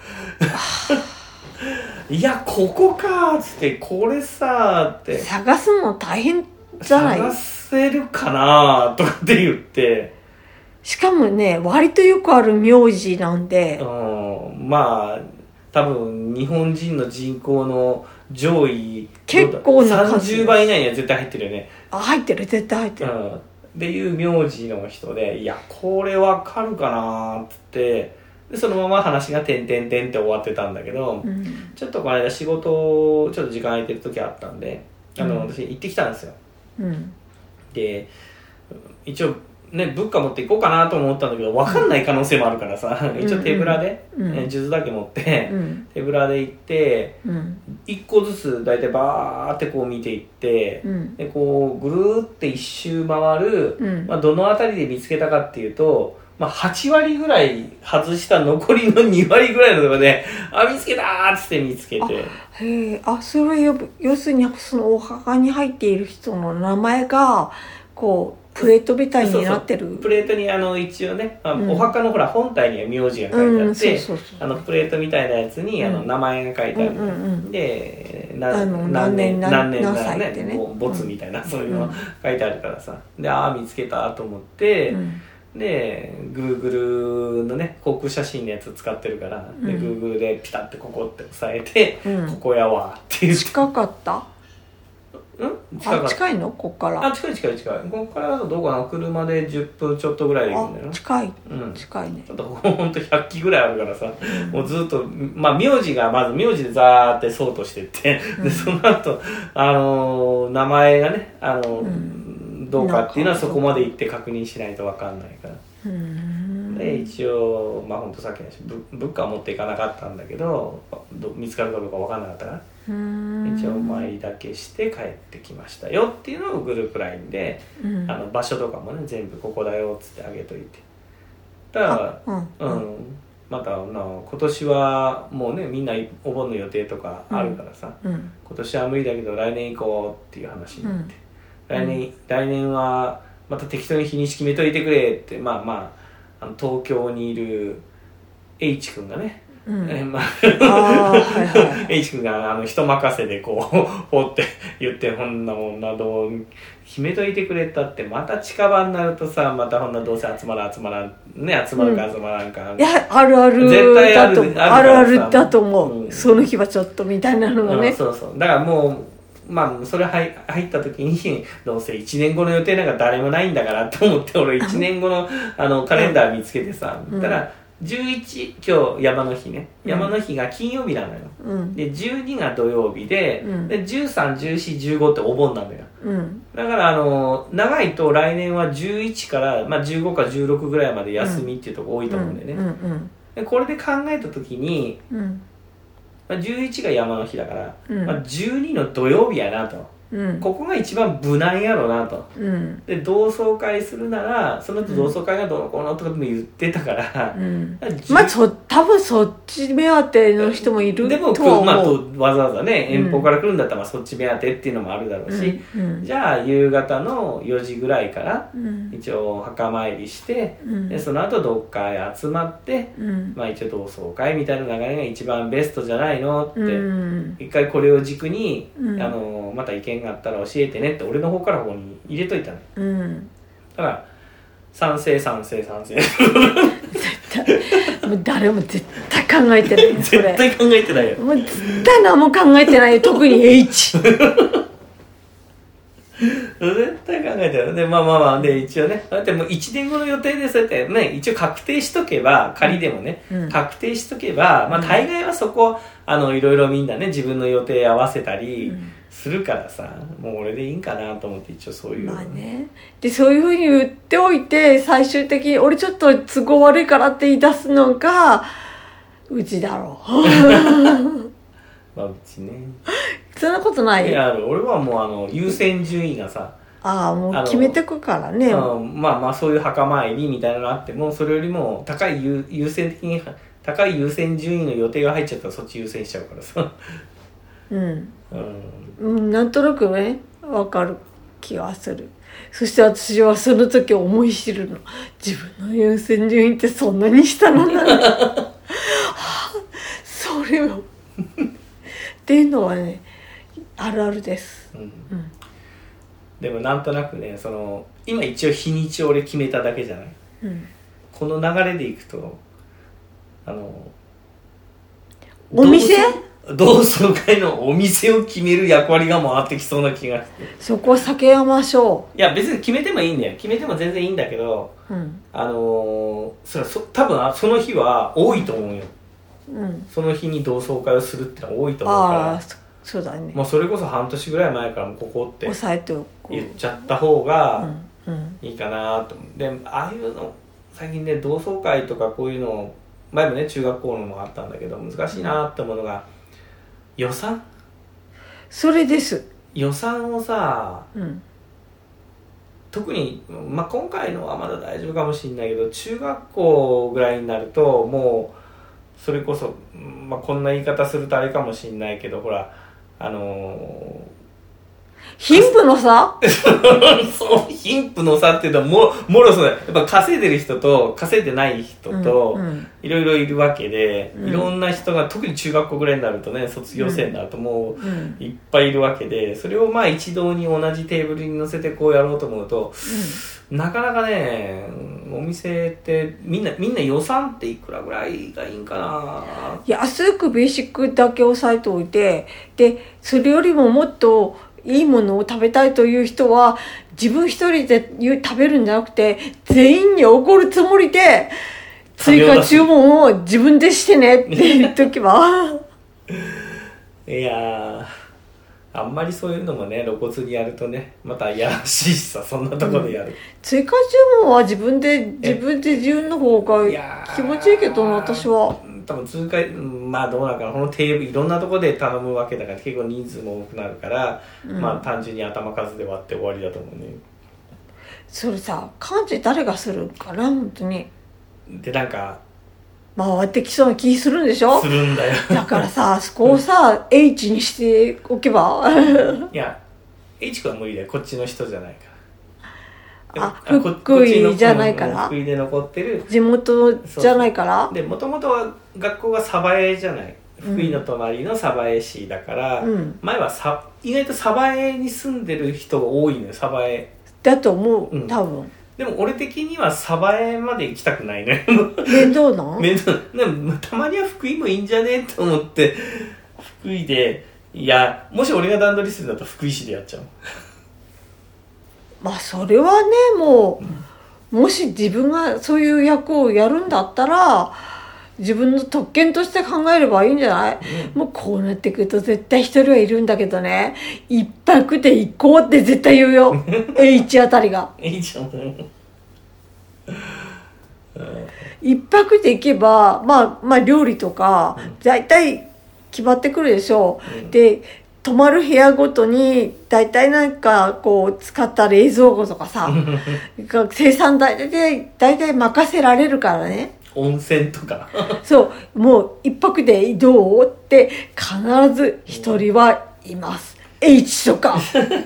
いやここかーっつって、これさーって探すの大変じゃない？ 探せるかなーとかって言って、 しかもね割とよくある名字なんで、 まあ多分日本人の人口の上位結構な数 30倍以内には絶対入ってるよね。 入ってる、絶対入ってる、 っていう名字の人で、いやこれわかるかなーっつって、でそのまま話がてんてんてんって終わってたんだけど、ちょっとこの間仕事ちょっと時間空いてる時あったんで、私行ってきたんですよ、で一応ね物価持っていこうかなと思ったんだけど、分かんない可能性もあるからさ、一応手ぶらで、数珠だけ持って、手ぶらで行って、1個ずつ大体バーってこう見ていって、でこうぐるーって一周回る、まあ、どの辺りで見つけたかっていうと、まあ、8割ぐらい外した残りの2割ぐらいのところで見つけたーっつって見つけて、 それ要するにそのお墓に入っている人の名前がこうプレートみたいになってる。 プレートに一応ね、お墓のほら本体には名字が書いてあって、プレートみたいなやつに名前が書いてある、で何年何歳ってね、ボツみたいな、そういうの書いてあるからさ、で見つけたと思って、で Google のね航空写真のやつ使ってるから、で Google でピタッてここって押さえて、ここやわっていう。 近かった？近いの？ここから近いここからだとどうかな、車で10分ちょっとぐらいで行くんだよ。 近いね。 ちょっとほんと100機ぐらいあるからさ、もうずっとまあ名字でザーってソートしてって、でその後名前がねどうかっていうのはそこまで行って確認しないと分かんないから。で一応まあ本当さっきの物価は持っていかなかったんだけど見つかるかどうか分かんなかったから一応お参りだけして帰ってきましたよっていうのをグループ LINE で、場所とかもね全部ここだよっつってあげといてだからまた今年はもうねみんなお盆の予定とかあるからさ、今年は無理だけど来年行こうっていう話になって、来年はまた適当に日にち決めといてくれって東京にいる H 君がね、H 君が人任せでこうほって言ってほんなもんなどう決めといてくれたってまた近場になるとさまたほんなどうせ集まらんね集まるか集まらんか、 いやあるある絶対あるあるだと思う、その日はちょっとみたいなのがね、 そうだからもうそれ入った時にどうせ1年後の予定なんか誰もないんだからと思って俺1年後のカレンダー見つけてさ、だから11今日山の日ね、山の日が金曜日なのよ、で12が土曜日で、で13、14、15ってお盆なのよ、だから長いと来年は11から、15か16ぐらいまで休みっていうとこ多いと思うんだよね、でこれで考えた時に、11が山の日だから、12の土曜日やなと、ここが一番無難やろなと、で同窓会するならその後同窓会がどうのこうのとかも言ってたから、 多分そっち目当ての人もいるとは思う。 わざわざね遠方から来るんだったらそっち目当てっていうのもあるだろうし、じゃあ夕方の4時ぐらいから一応墓参りして、でその後どっかへ集まって、一応同窓会みたいな流れが一番ベストじゃないのって、一回これを軸に、また意見があったら教えてねって俺の方からここに入れといたの、だから賛成もう誰も絶対考えてないよそれ絶対考えてないよもう絶対何も考えてないよ特に H 絶対考えてるでで一応ねだってもう1年後の予定でそうやってね一応確定しとけば仮でもね、確定しとけば大概はそこいろいろみんなね自分の予定合わせたりするからさ、もう俺でいいんかなと思って一応そういうでそういうふうに言っておいて最終的に俺ちょっと都合悪いからって言い出すのがうちだろううちねそんなことないいや俺はもう優先順位がさもう決めてくからね、 そういう墓参りみたいなのがあってもそれよりも高い優先順位の予定が入っちゃったらそっち優先しちゃうからさなんとなくね分かる気がする。そして私はその時思い知るの自分の優先順位ってそんなに下なんだねそれをっていうのはねあるあるです、 でもなんとなくね今一応日にちを俺決めただけじゃない、この流れでいくとお店同窓会のお店を決める役割が回ってきそうな気がしてそこは避けましょう。いや別に決めてもいいんだよ決めても全然いいんだけど、多分その日は多いと思うよ、その日に同窓会をするってのは多いと思うからそうだね、 それこそ半年ぐらい前からここって抑えて言っちゃった方がいいかなと思う。でああいうの最近ね同窓会とかこういうの前もね中学校のもあったんだけど難しいなって思うのが予算それです予算をさ、特に、今回のはまだ大丈夫かもしれないけど中学校ぐらいになるともうそれこそ、こんな言い方するとあれかもしれないけどほら貧富の差そう貧富の差っていうのはもろそうだやっぱ稼いでる人と稼いでない人といろいろいるわけで、いろんな人が特に中学校ぐらいになるとね卒業生になるともういっぱいいるわけでそれを一堂に同じテーブルに乗せてこうやろうと思うと、なかなかねお店ってみんな予算っていくらぐらいがいいんかな。 安くベーシックだけ押さえておいてでそれよりももっといいものを食べたいという人は自分一人で食べるんじゃなくて全員におごるつもりで追加注文を自分でしてねって言っとけばいやあんまりそういうのもね露骨にやるとねまたいやらしいしさ、そんなところでやる、 追加注文は自分で自分の方が気持ちいいけどな、私は。 多分通過、まあどうなのかな、このテーブルいろんなところで頼むわけだから結構人数も多くなるから、まあ単純に頭数で割って終わりだと思うね。 それさ、漢字誰がするかな、本当に。 でなんか回ってきそうな気するんでしょ。 するんだよだからさ、そこをさH にしておけばいや H 君は無理だよ、こっちの人じゃないから。 福井じゃないから、 福井で残ってる地元じゃないから。 でもともとは学校が鯖江じゃない、福井の隣の鯖江市だから、前は意外と鯖江に住んでる人が多いのよ、鯖江だと思う、多分。 でも俺的には鯖江まで行きたくないね面倒な面倒。でもたまには福井もいいんじゃねと思って福井で、いやもし俺が段取りするんだと福井市でやっちゃう。 まあそれはね、もし自分がそういう役をやるんだったら自分の特権として考えればいいんじゃない、もうこうなってくると絶対一人はいるんだけどね、一泊で行こうって絶対言うよH あたりが。 H あたり一泊で行けば、まあ料理とか大体決まってくるでしょう、で泊まる部屋ごとに大体なんかこう使った冷蔵庫とかさ生産台で大体任せられるからね。 温泉とかそうもう一泊で移動って必ず一人はいます、H とか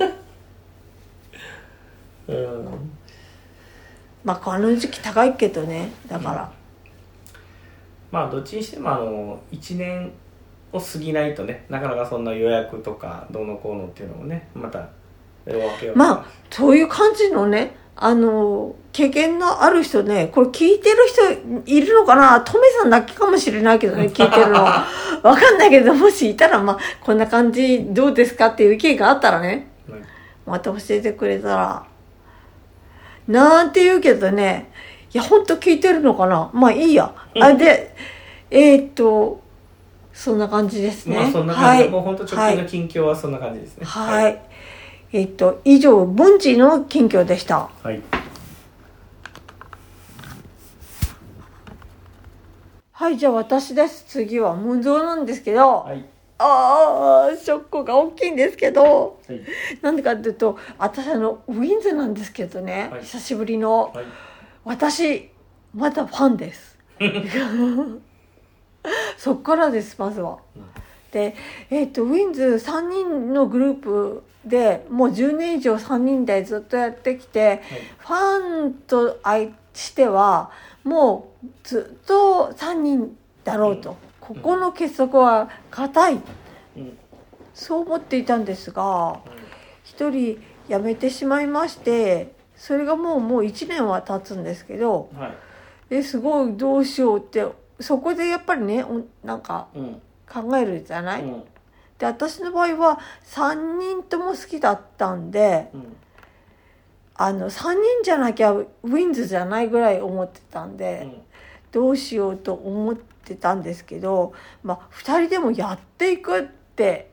まあこの時期高いけどね、だから、 まあどっちにしても1年を過ぎないとね、なかなかそんな予約とかどうのこうのっていうのもね、またまあそういう感じのね、経験のある人ね、これ聞いてる人いるのかな、トメさんだけかもしれないけどね、聞いてるのわかんないけど、もしいたらまあこんな感じどうですかっていう意見があったらね、また教えてくれたらなんて言うけどね、いや本当聞いてるのかな、まあいいや。でそんな感じですね。 まあそんな感じ、もう本当直近の近況はそんな感じですね。 はい。以上文治の近況でした。 はい。 はい、じゃあ私です。次は無造なんですけど、 はい、 ショックが大きいんですけど、 はい、 なんでかっていうと、私ウィンズなんですけどね、 はい、 久しぶりの、 はい、 私まだファンですそっからです、まずは。で、ウィンズ3人のグループでもう10年以上3人でずっとやってきて、ファンとしてはもうずっと3人だろうと、ここの結束は固い、そう思っていたんですが、1人辞めてしまいまして、それがもう1年は経つんですけど、ですごいどうしようって、そこでやっぱりね、なんか考えるじゃない、で私の場合は3人とも好きだったんで、3人じゃなきゃウィンズじゃないぐらい思ってたんで、どうしようと思ってたんですけど、まあ2人でもやっていくって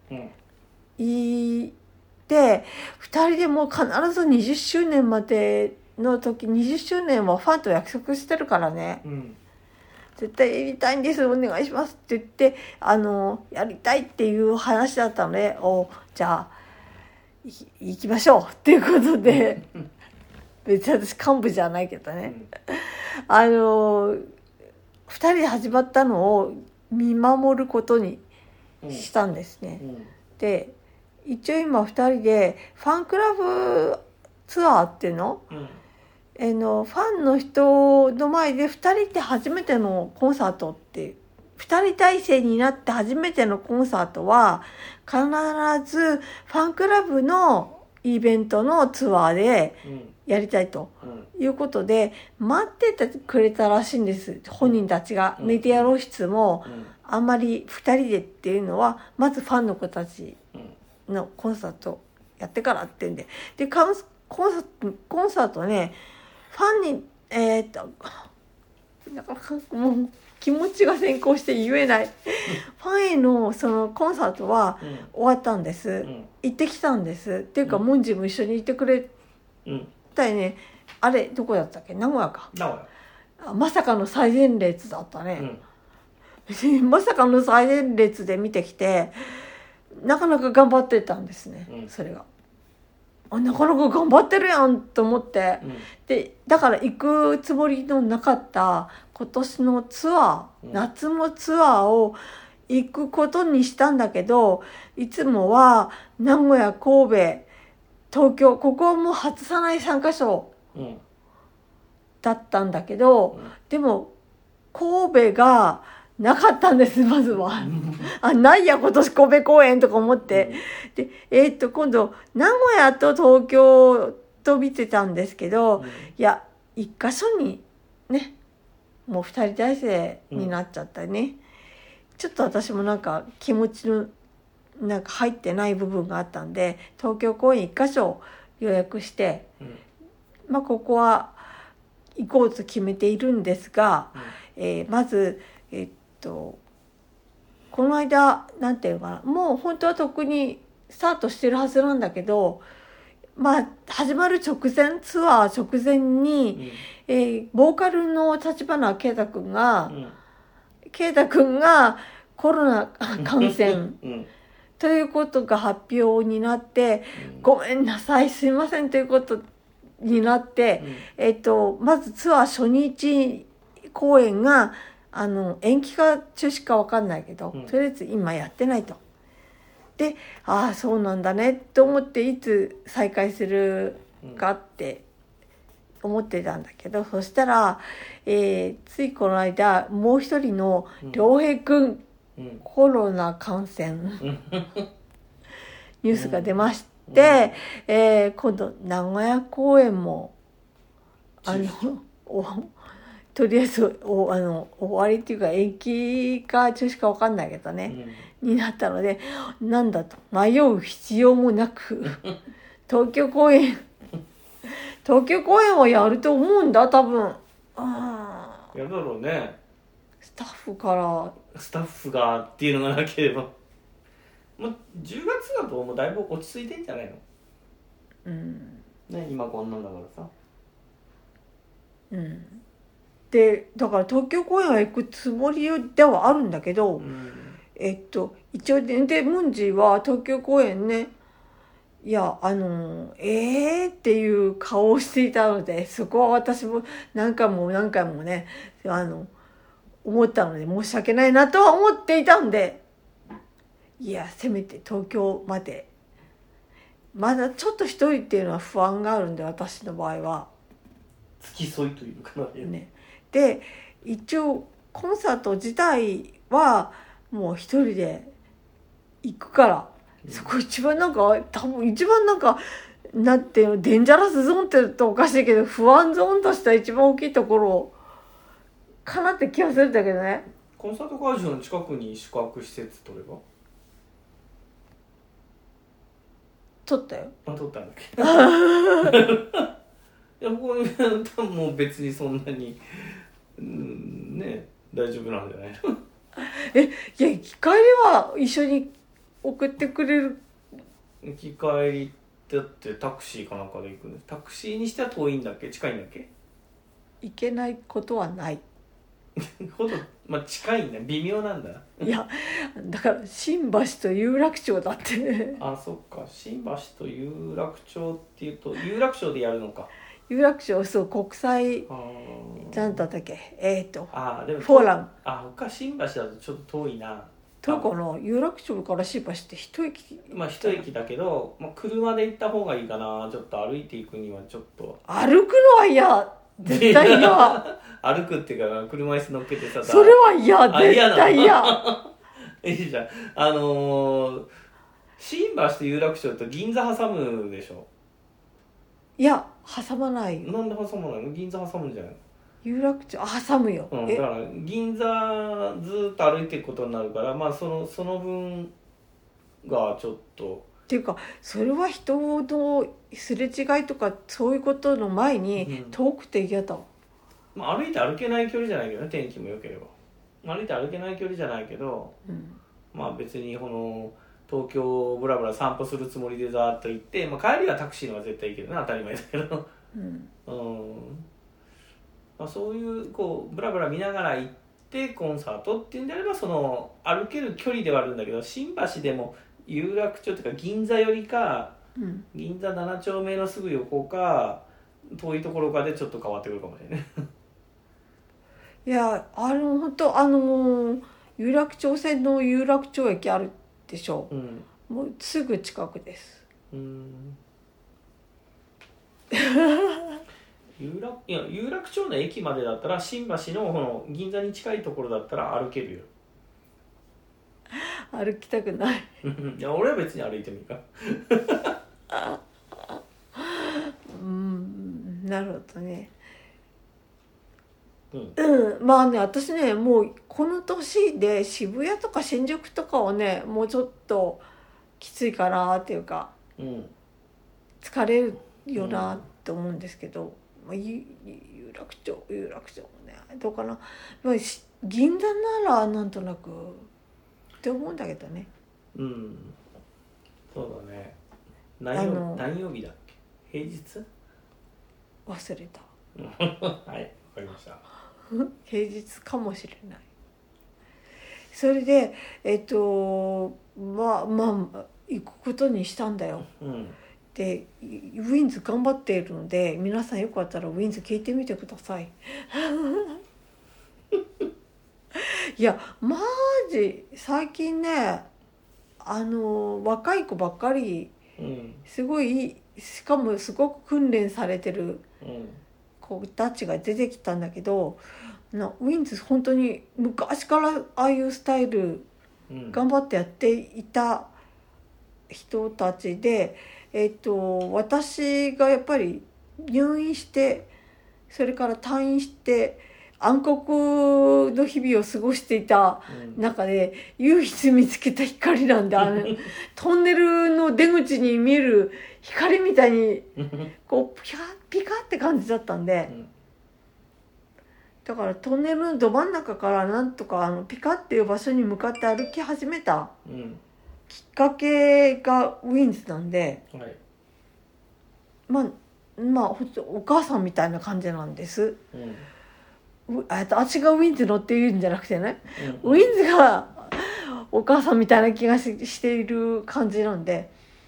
言って2人でも必ず20周年までの時、20周年はファンと約束してるからね、絶対やりたいんです、お願いしますって言ってやりたいっていう話だったので、じゃあ行きましょうっていうことで別に私幹部じゃないけどね、2人で始まったのを見守ることにしたんですね、で一応今2人でファンクラブツアーっていうの、ファンの人の前で2人って初めてのコンサートって、2人体制になって初めてのコンサートは必ずファンクラブのイベントのツアーでやりたいということで待っててくれたらしいんです、本人たちが。メディア露出もあんまり2人でっていうのは、まずファンの子たちのコンサートやってからってんで、でコンサートね、ファンになかなかもう気持ちが先行して言えないファンへのそのコンサートは終わったんです、 うん行ってきたんですっていうか、 うんモンジも一緒にいてくれうんたよね。あれどこだったっけ、名古屋か。 名古まさかの最前列だった屋ね、まさかの最前列で見てきて、なかなか頑張ってたんですね、 うんそれが。なかなか頑張ってるやんと思って、 うんでだから行くつもりのなかった今年のツアー、 うん夏のツアーを行くことにしたんだけど、いつもは名古屋、神戸、東京、ここはもう外さない3カ所うんだったんだけど、 うんでも神戸がなかったんですまずは。ないや今年神戸公演とか思って、で今度名古屋と東京と見てたんですけど、いや一箇所にねもう2人体制になっちゃったね、ちょっと私もなんか気持ちのなんか入ってない部分があったんで、東京公演1箇所予約して、 うんここは行こうと決めているんですが、まずこの間なんていうのかな、もう本当は特にスタートしてるはずなんだけど、始まる直前、ツアー直前に、ボーカルの橘慶太君が、コロナ感染ということが発表になって、ごめんなさいすいませんということになって、まずツアー初日公演が延期か中止か分かんないけど、とりあえず今やってないと。で、そうなんだねと思って、いつ再開するかって思ってたんだけど、そしたら、ついこの間もう一人の良平くん、コロナ感染ニュースが出まして、今度名古屋公演もとりあえず終わりっていうか延期か中止か分かんないけどね、になったので、なんだと迷う必要もなく東京公演はやると思うんだ多分。 やるだろうね。 スタッフがっていうのがなければ、10月だともうだいぶ落ち着いてんじゃないの？ね、今こんなんだからさ。 でだから東京公演は行くつもりではあるんだけど、一応でムンジーは東京公演ね、いやっていう顔をしていたので、そこは私も何回もね思ったので申し訳ないなとは思っていたんで、いやせめて東京まで、まだちょっと一人っていうのは不安があるんで、私の場合は付き添いというかね。で一応コンサート自体はもう一人で行くから、そこ一番多分一番なんていうの、デンジャラスゾーンって言うとおかしいけど、不安ゾーンとしては一番大きいところかなって気がするんだけどね。 コンサート会場の近くに宿泊施設取れば？ 取ったよ。 取ったんだっけいやここもう別にそんなにね大丈夫なんじゃないの？ いや行き帰りは一緒に送ってくれる。 行き帰りだってタクシーかなんかで行くんです。タクシーにしては遠いんだっけ、近いんだっけ？ 行けないことはないほど、近いんだ、微妙なんだ。 いやだから新橋と有楽町だってそっか、新橋と有楽町っていうと有楽町でやるのか。 有楽町、そう、国際なんだったっけ、 でもフォーラム。 他新橋だとちょっと遠いな。 遠いかな。有楽町から新橋って一駅。 一駅だけど、車で行った方がいいかな。ちょっと歩いていくにはちょっと。 歩くのは嫌。絶対嫌。 歩くっていうか車椅子乗っけてさ。 それは嫌。絶対嫌。 いいじゃん。新橋と有楽町と銀座挟むでしょ。 いや挟まない。 なんで挟まないの？銀座挟むんじゃないの？ 有楽町挟むよ。 だから銀座ずっと歩いていくことになるから、その分がちょっと。 っていうかそれは人のすれ違いとかそういうことの前に遠くて嫌だ。 まあ、歩いて歩けない距離じゃないけどね、天気も良ければ歩いて歩けない距離じゃないけど、まあ別にこの東京をブラブラ散歩するつもりでざーっと行って、まあ、帰りはタクシーの方が絶対いいけどね、当たり前だけどまあ、そういうこうブラブラ見ながら行ってコンサートっていうんであれば、その歩ける距離ではあるんだけど、新橋でも有楽町というか銀座よりか、銀座7丁目のすぐ横か遠いところかでちょっと変わってくるかもしれないいや本当有楽町線の有楽町駅あるでしょ、もうすぐ近くです。 有楽町の駅までだったら、新橋のこの銀座に近いところだったら歩けるよ。 歩きたくないいや俺は別に歩いてもいいかなるほどね。まあね、私ね、もうこの年で渋谷とか新宿とかはね、もうちょっときついかなっていうか、疲れるよなって思うんですけど、有楽町もねどうかな、まあ、銀座ならなんとなくって思うんだけどね。 そうだね。何曜日だっけ、平日忘れたはい、わかりました平日かもしれない。それでまあ行くことにしたんだよ、でウィンズ頑張っているので、皆さんよかったらウィンズ聞いてみてくださいいやマジ最近ね、若い子ばっかり、すごい、しかもすごく訓練されてる子たちが出てきたんだけど、ウィンズ本当に昔からああいうスタイル頑張ってやっていた人たちで、私がやっぱり入院して、それから退院して暗黒の日々を過ごしていた中で、唯一見つけた光なんで、トンネルの出口に見える光みたいにこうピカって感じだったんで、だからトンネルのど真ん中からなんとかピカっていう場所に向かって歩き始めたきっかけがウィンズなんで、まあお母さんみたいな感じなんです。私がウィンズ乗っているんじゃなくてね、ウィンズがお母さんみたいな気がしている感じなんで、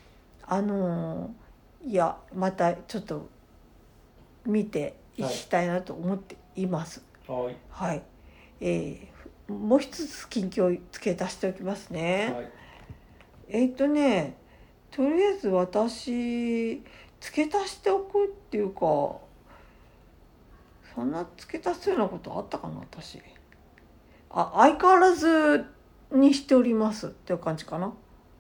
いやまたちょっと見ていきたいなと思っています。はい、もう一つ近況付け足しておきますね。とりあえず私付け足しておくっていうか、そんな付け足すようなことあったかな。私相変わらずにしておりますっていう感じかな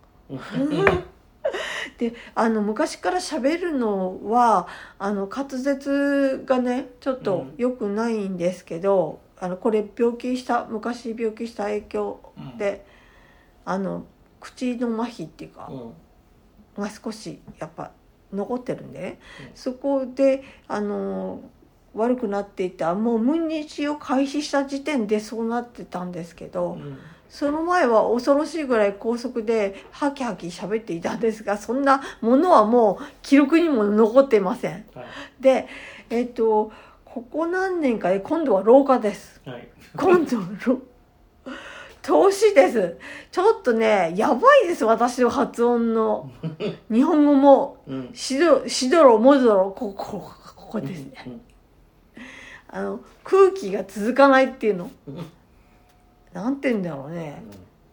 で昔から喋るのは滑舌がねちょっと良くないんですけど、これ昔病気した影響で、口の麻痺っていうか、が少しやっぱ残ってるんでね、そこで悪くなっていた、もう無日を開始した時点でそうなってたんですけど、その前は恐ろしいぐらい高速でハキハキ喋っていたんですが、そんなものはもう記録にも残っていません。でここ何年かで今度は老化です。今度年です。ちょっとねやばいです、私の発音の日本語もしどろもどろここですね。空気が続かないっていうのなんて言うんだろうね。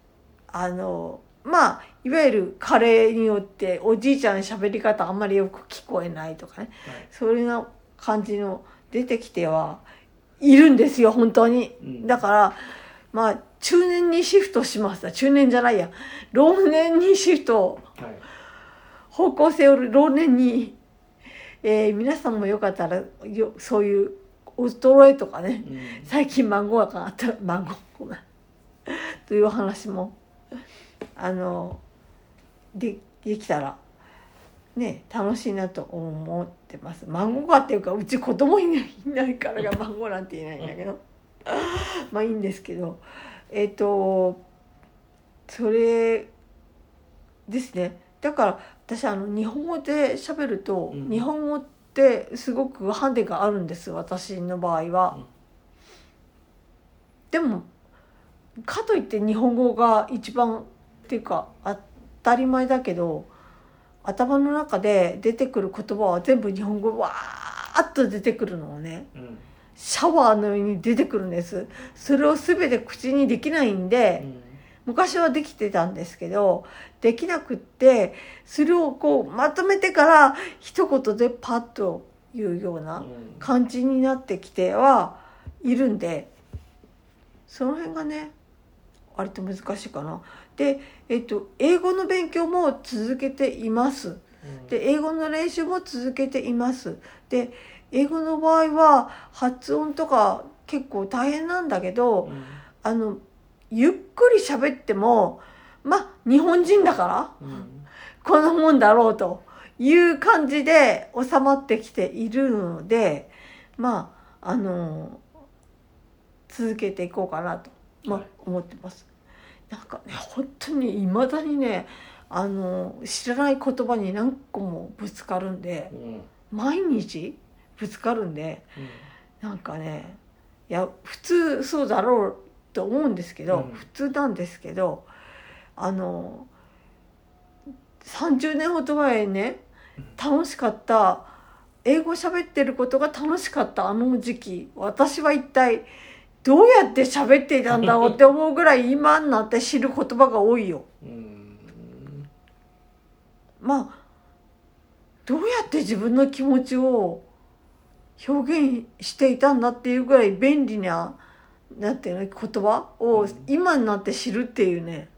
まあいわゆる加齢によっておじいちゃんの喋り方あんまりよく聞こえないとかね、そういう感じの出てきてはいるんですよ本当に。だからまあ中年にシフトしました。中年じゃないや、老年にシフト、方向性を老年に、皆さんもよかったらそういう衰えとかね、最近孫が変わったごめんという話もできたらね楽しいなと思ってます。孫がっていうかうち子供いないからが孫なんて言えないんだけどまあいいんですけどそれですね。だから私日本語で喋ると、日本語ってすごくハンデがあるんです、私の場合は。でもかといって日本語が一番っていうか当たり前だけど、頭の中で出てくる言葉は全部日本語わーっと出てくるのをね、シャワーのように出てくるんです。それを全て口にできないんで、昔はできてたんですけどできなくって、それをこうまとめてから一言でパッと言うような感じになってきてはいるんで、その辺がね割と難しいかな。で、英語の勉強も続けています。で英語の練習も続けています。で英語の場合は発音とか結構大変なんだけど、ゆっくり喋っても日本人だから、こんなもんだろうという感じで収まってきているので、続けていこうかなと、思ってます。なんかね本当に未だにね知らない言葉に何個もぶつかるんで、毎日ぶつかるんで、なんかねいや普通そうだろうと思うんですけど、普通なんですけど30年ほど前ね楽しかった英語喋ってることが楽しかった時期、私は一体どうやって喋っていたんだろうって思うぐらい今になって知る言葉が多いよ。どうやって自分の気持ちを表現していたんだっていうぐらい便利な言葉を今になって知るっていうね、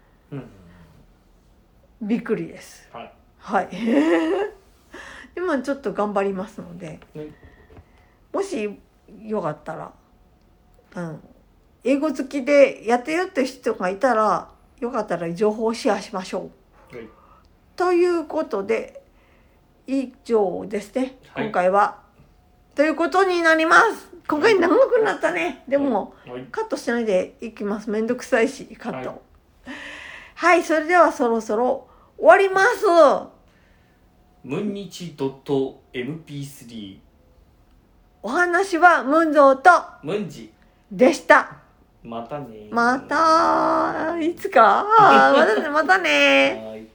びっくりです。はい今ちょっと頑張りますので、もしよかったら英語好きでやってるって人がいたらよかったら情報をシェアしましょう、ということで以上ですね、今回はということになります。今回長くなったね。でも、カットしないでいきます。めんどくさいしカット。はい、それではそろそろ終わります。 ムンニチ .mp3 お話はムンゾーとムンジでした。 またね。 またいつかまたね。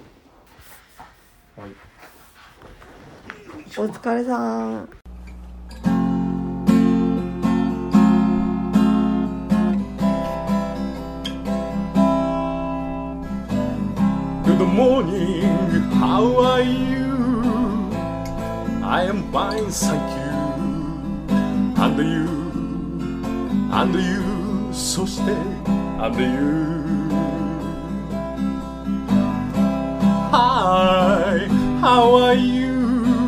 お疲れさん。 Good morning, how are you? I am fine, thank you. And you, そして and you. Hi, how are you?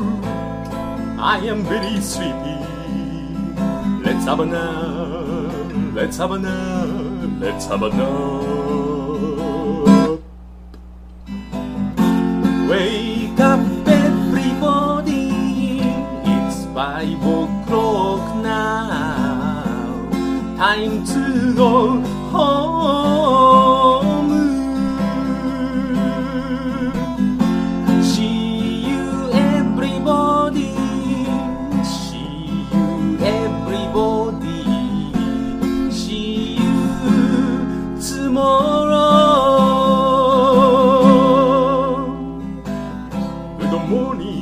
I am very sleepy. Let's have a nap, let's have a nap, let's have a nap.Wake up everybody, it's 5 o'clock now. Time to go home. See you everybody, see you everybody, see you tomorrow.Good morning,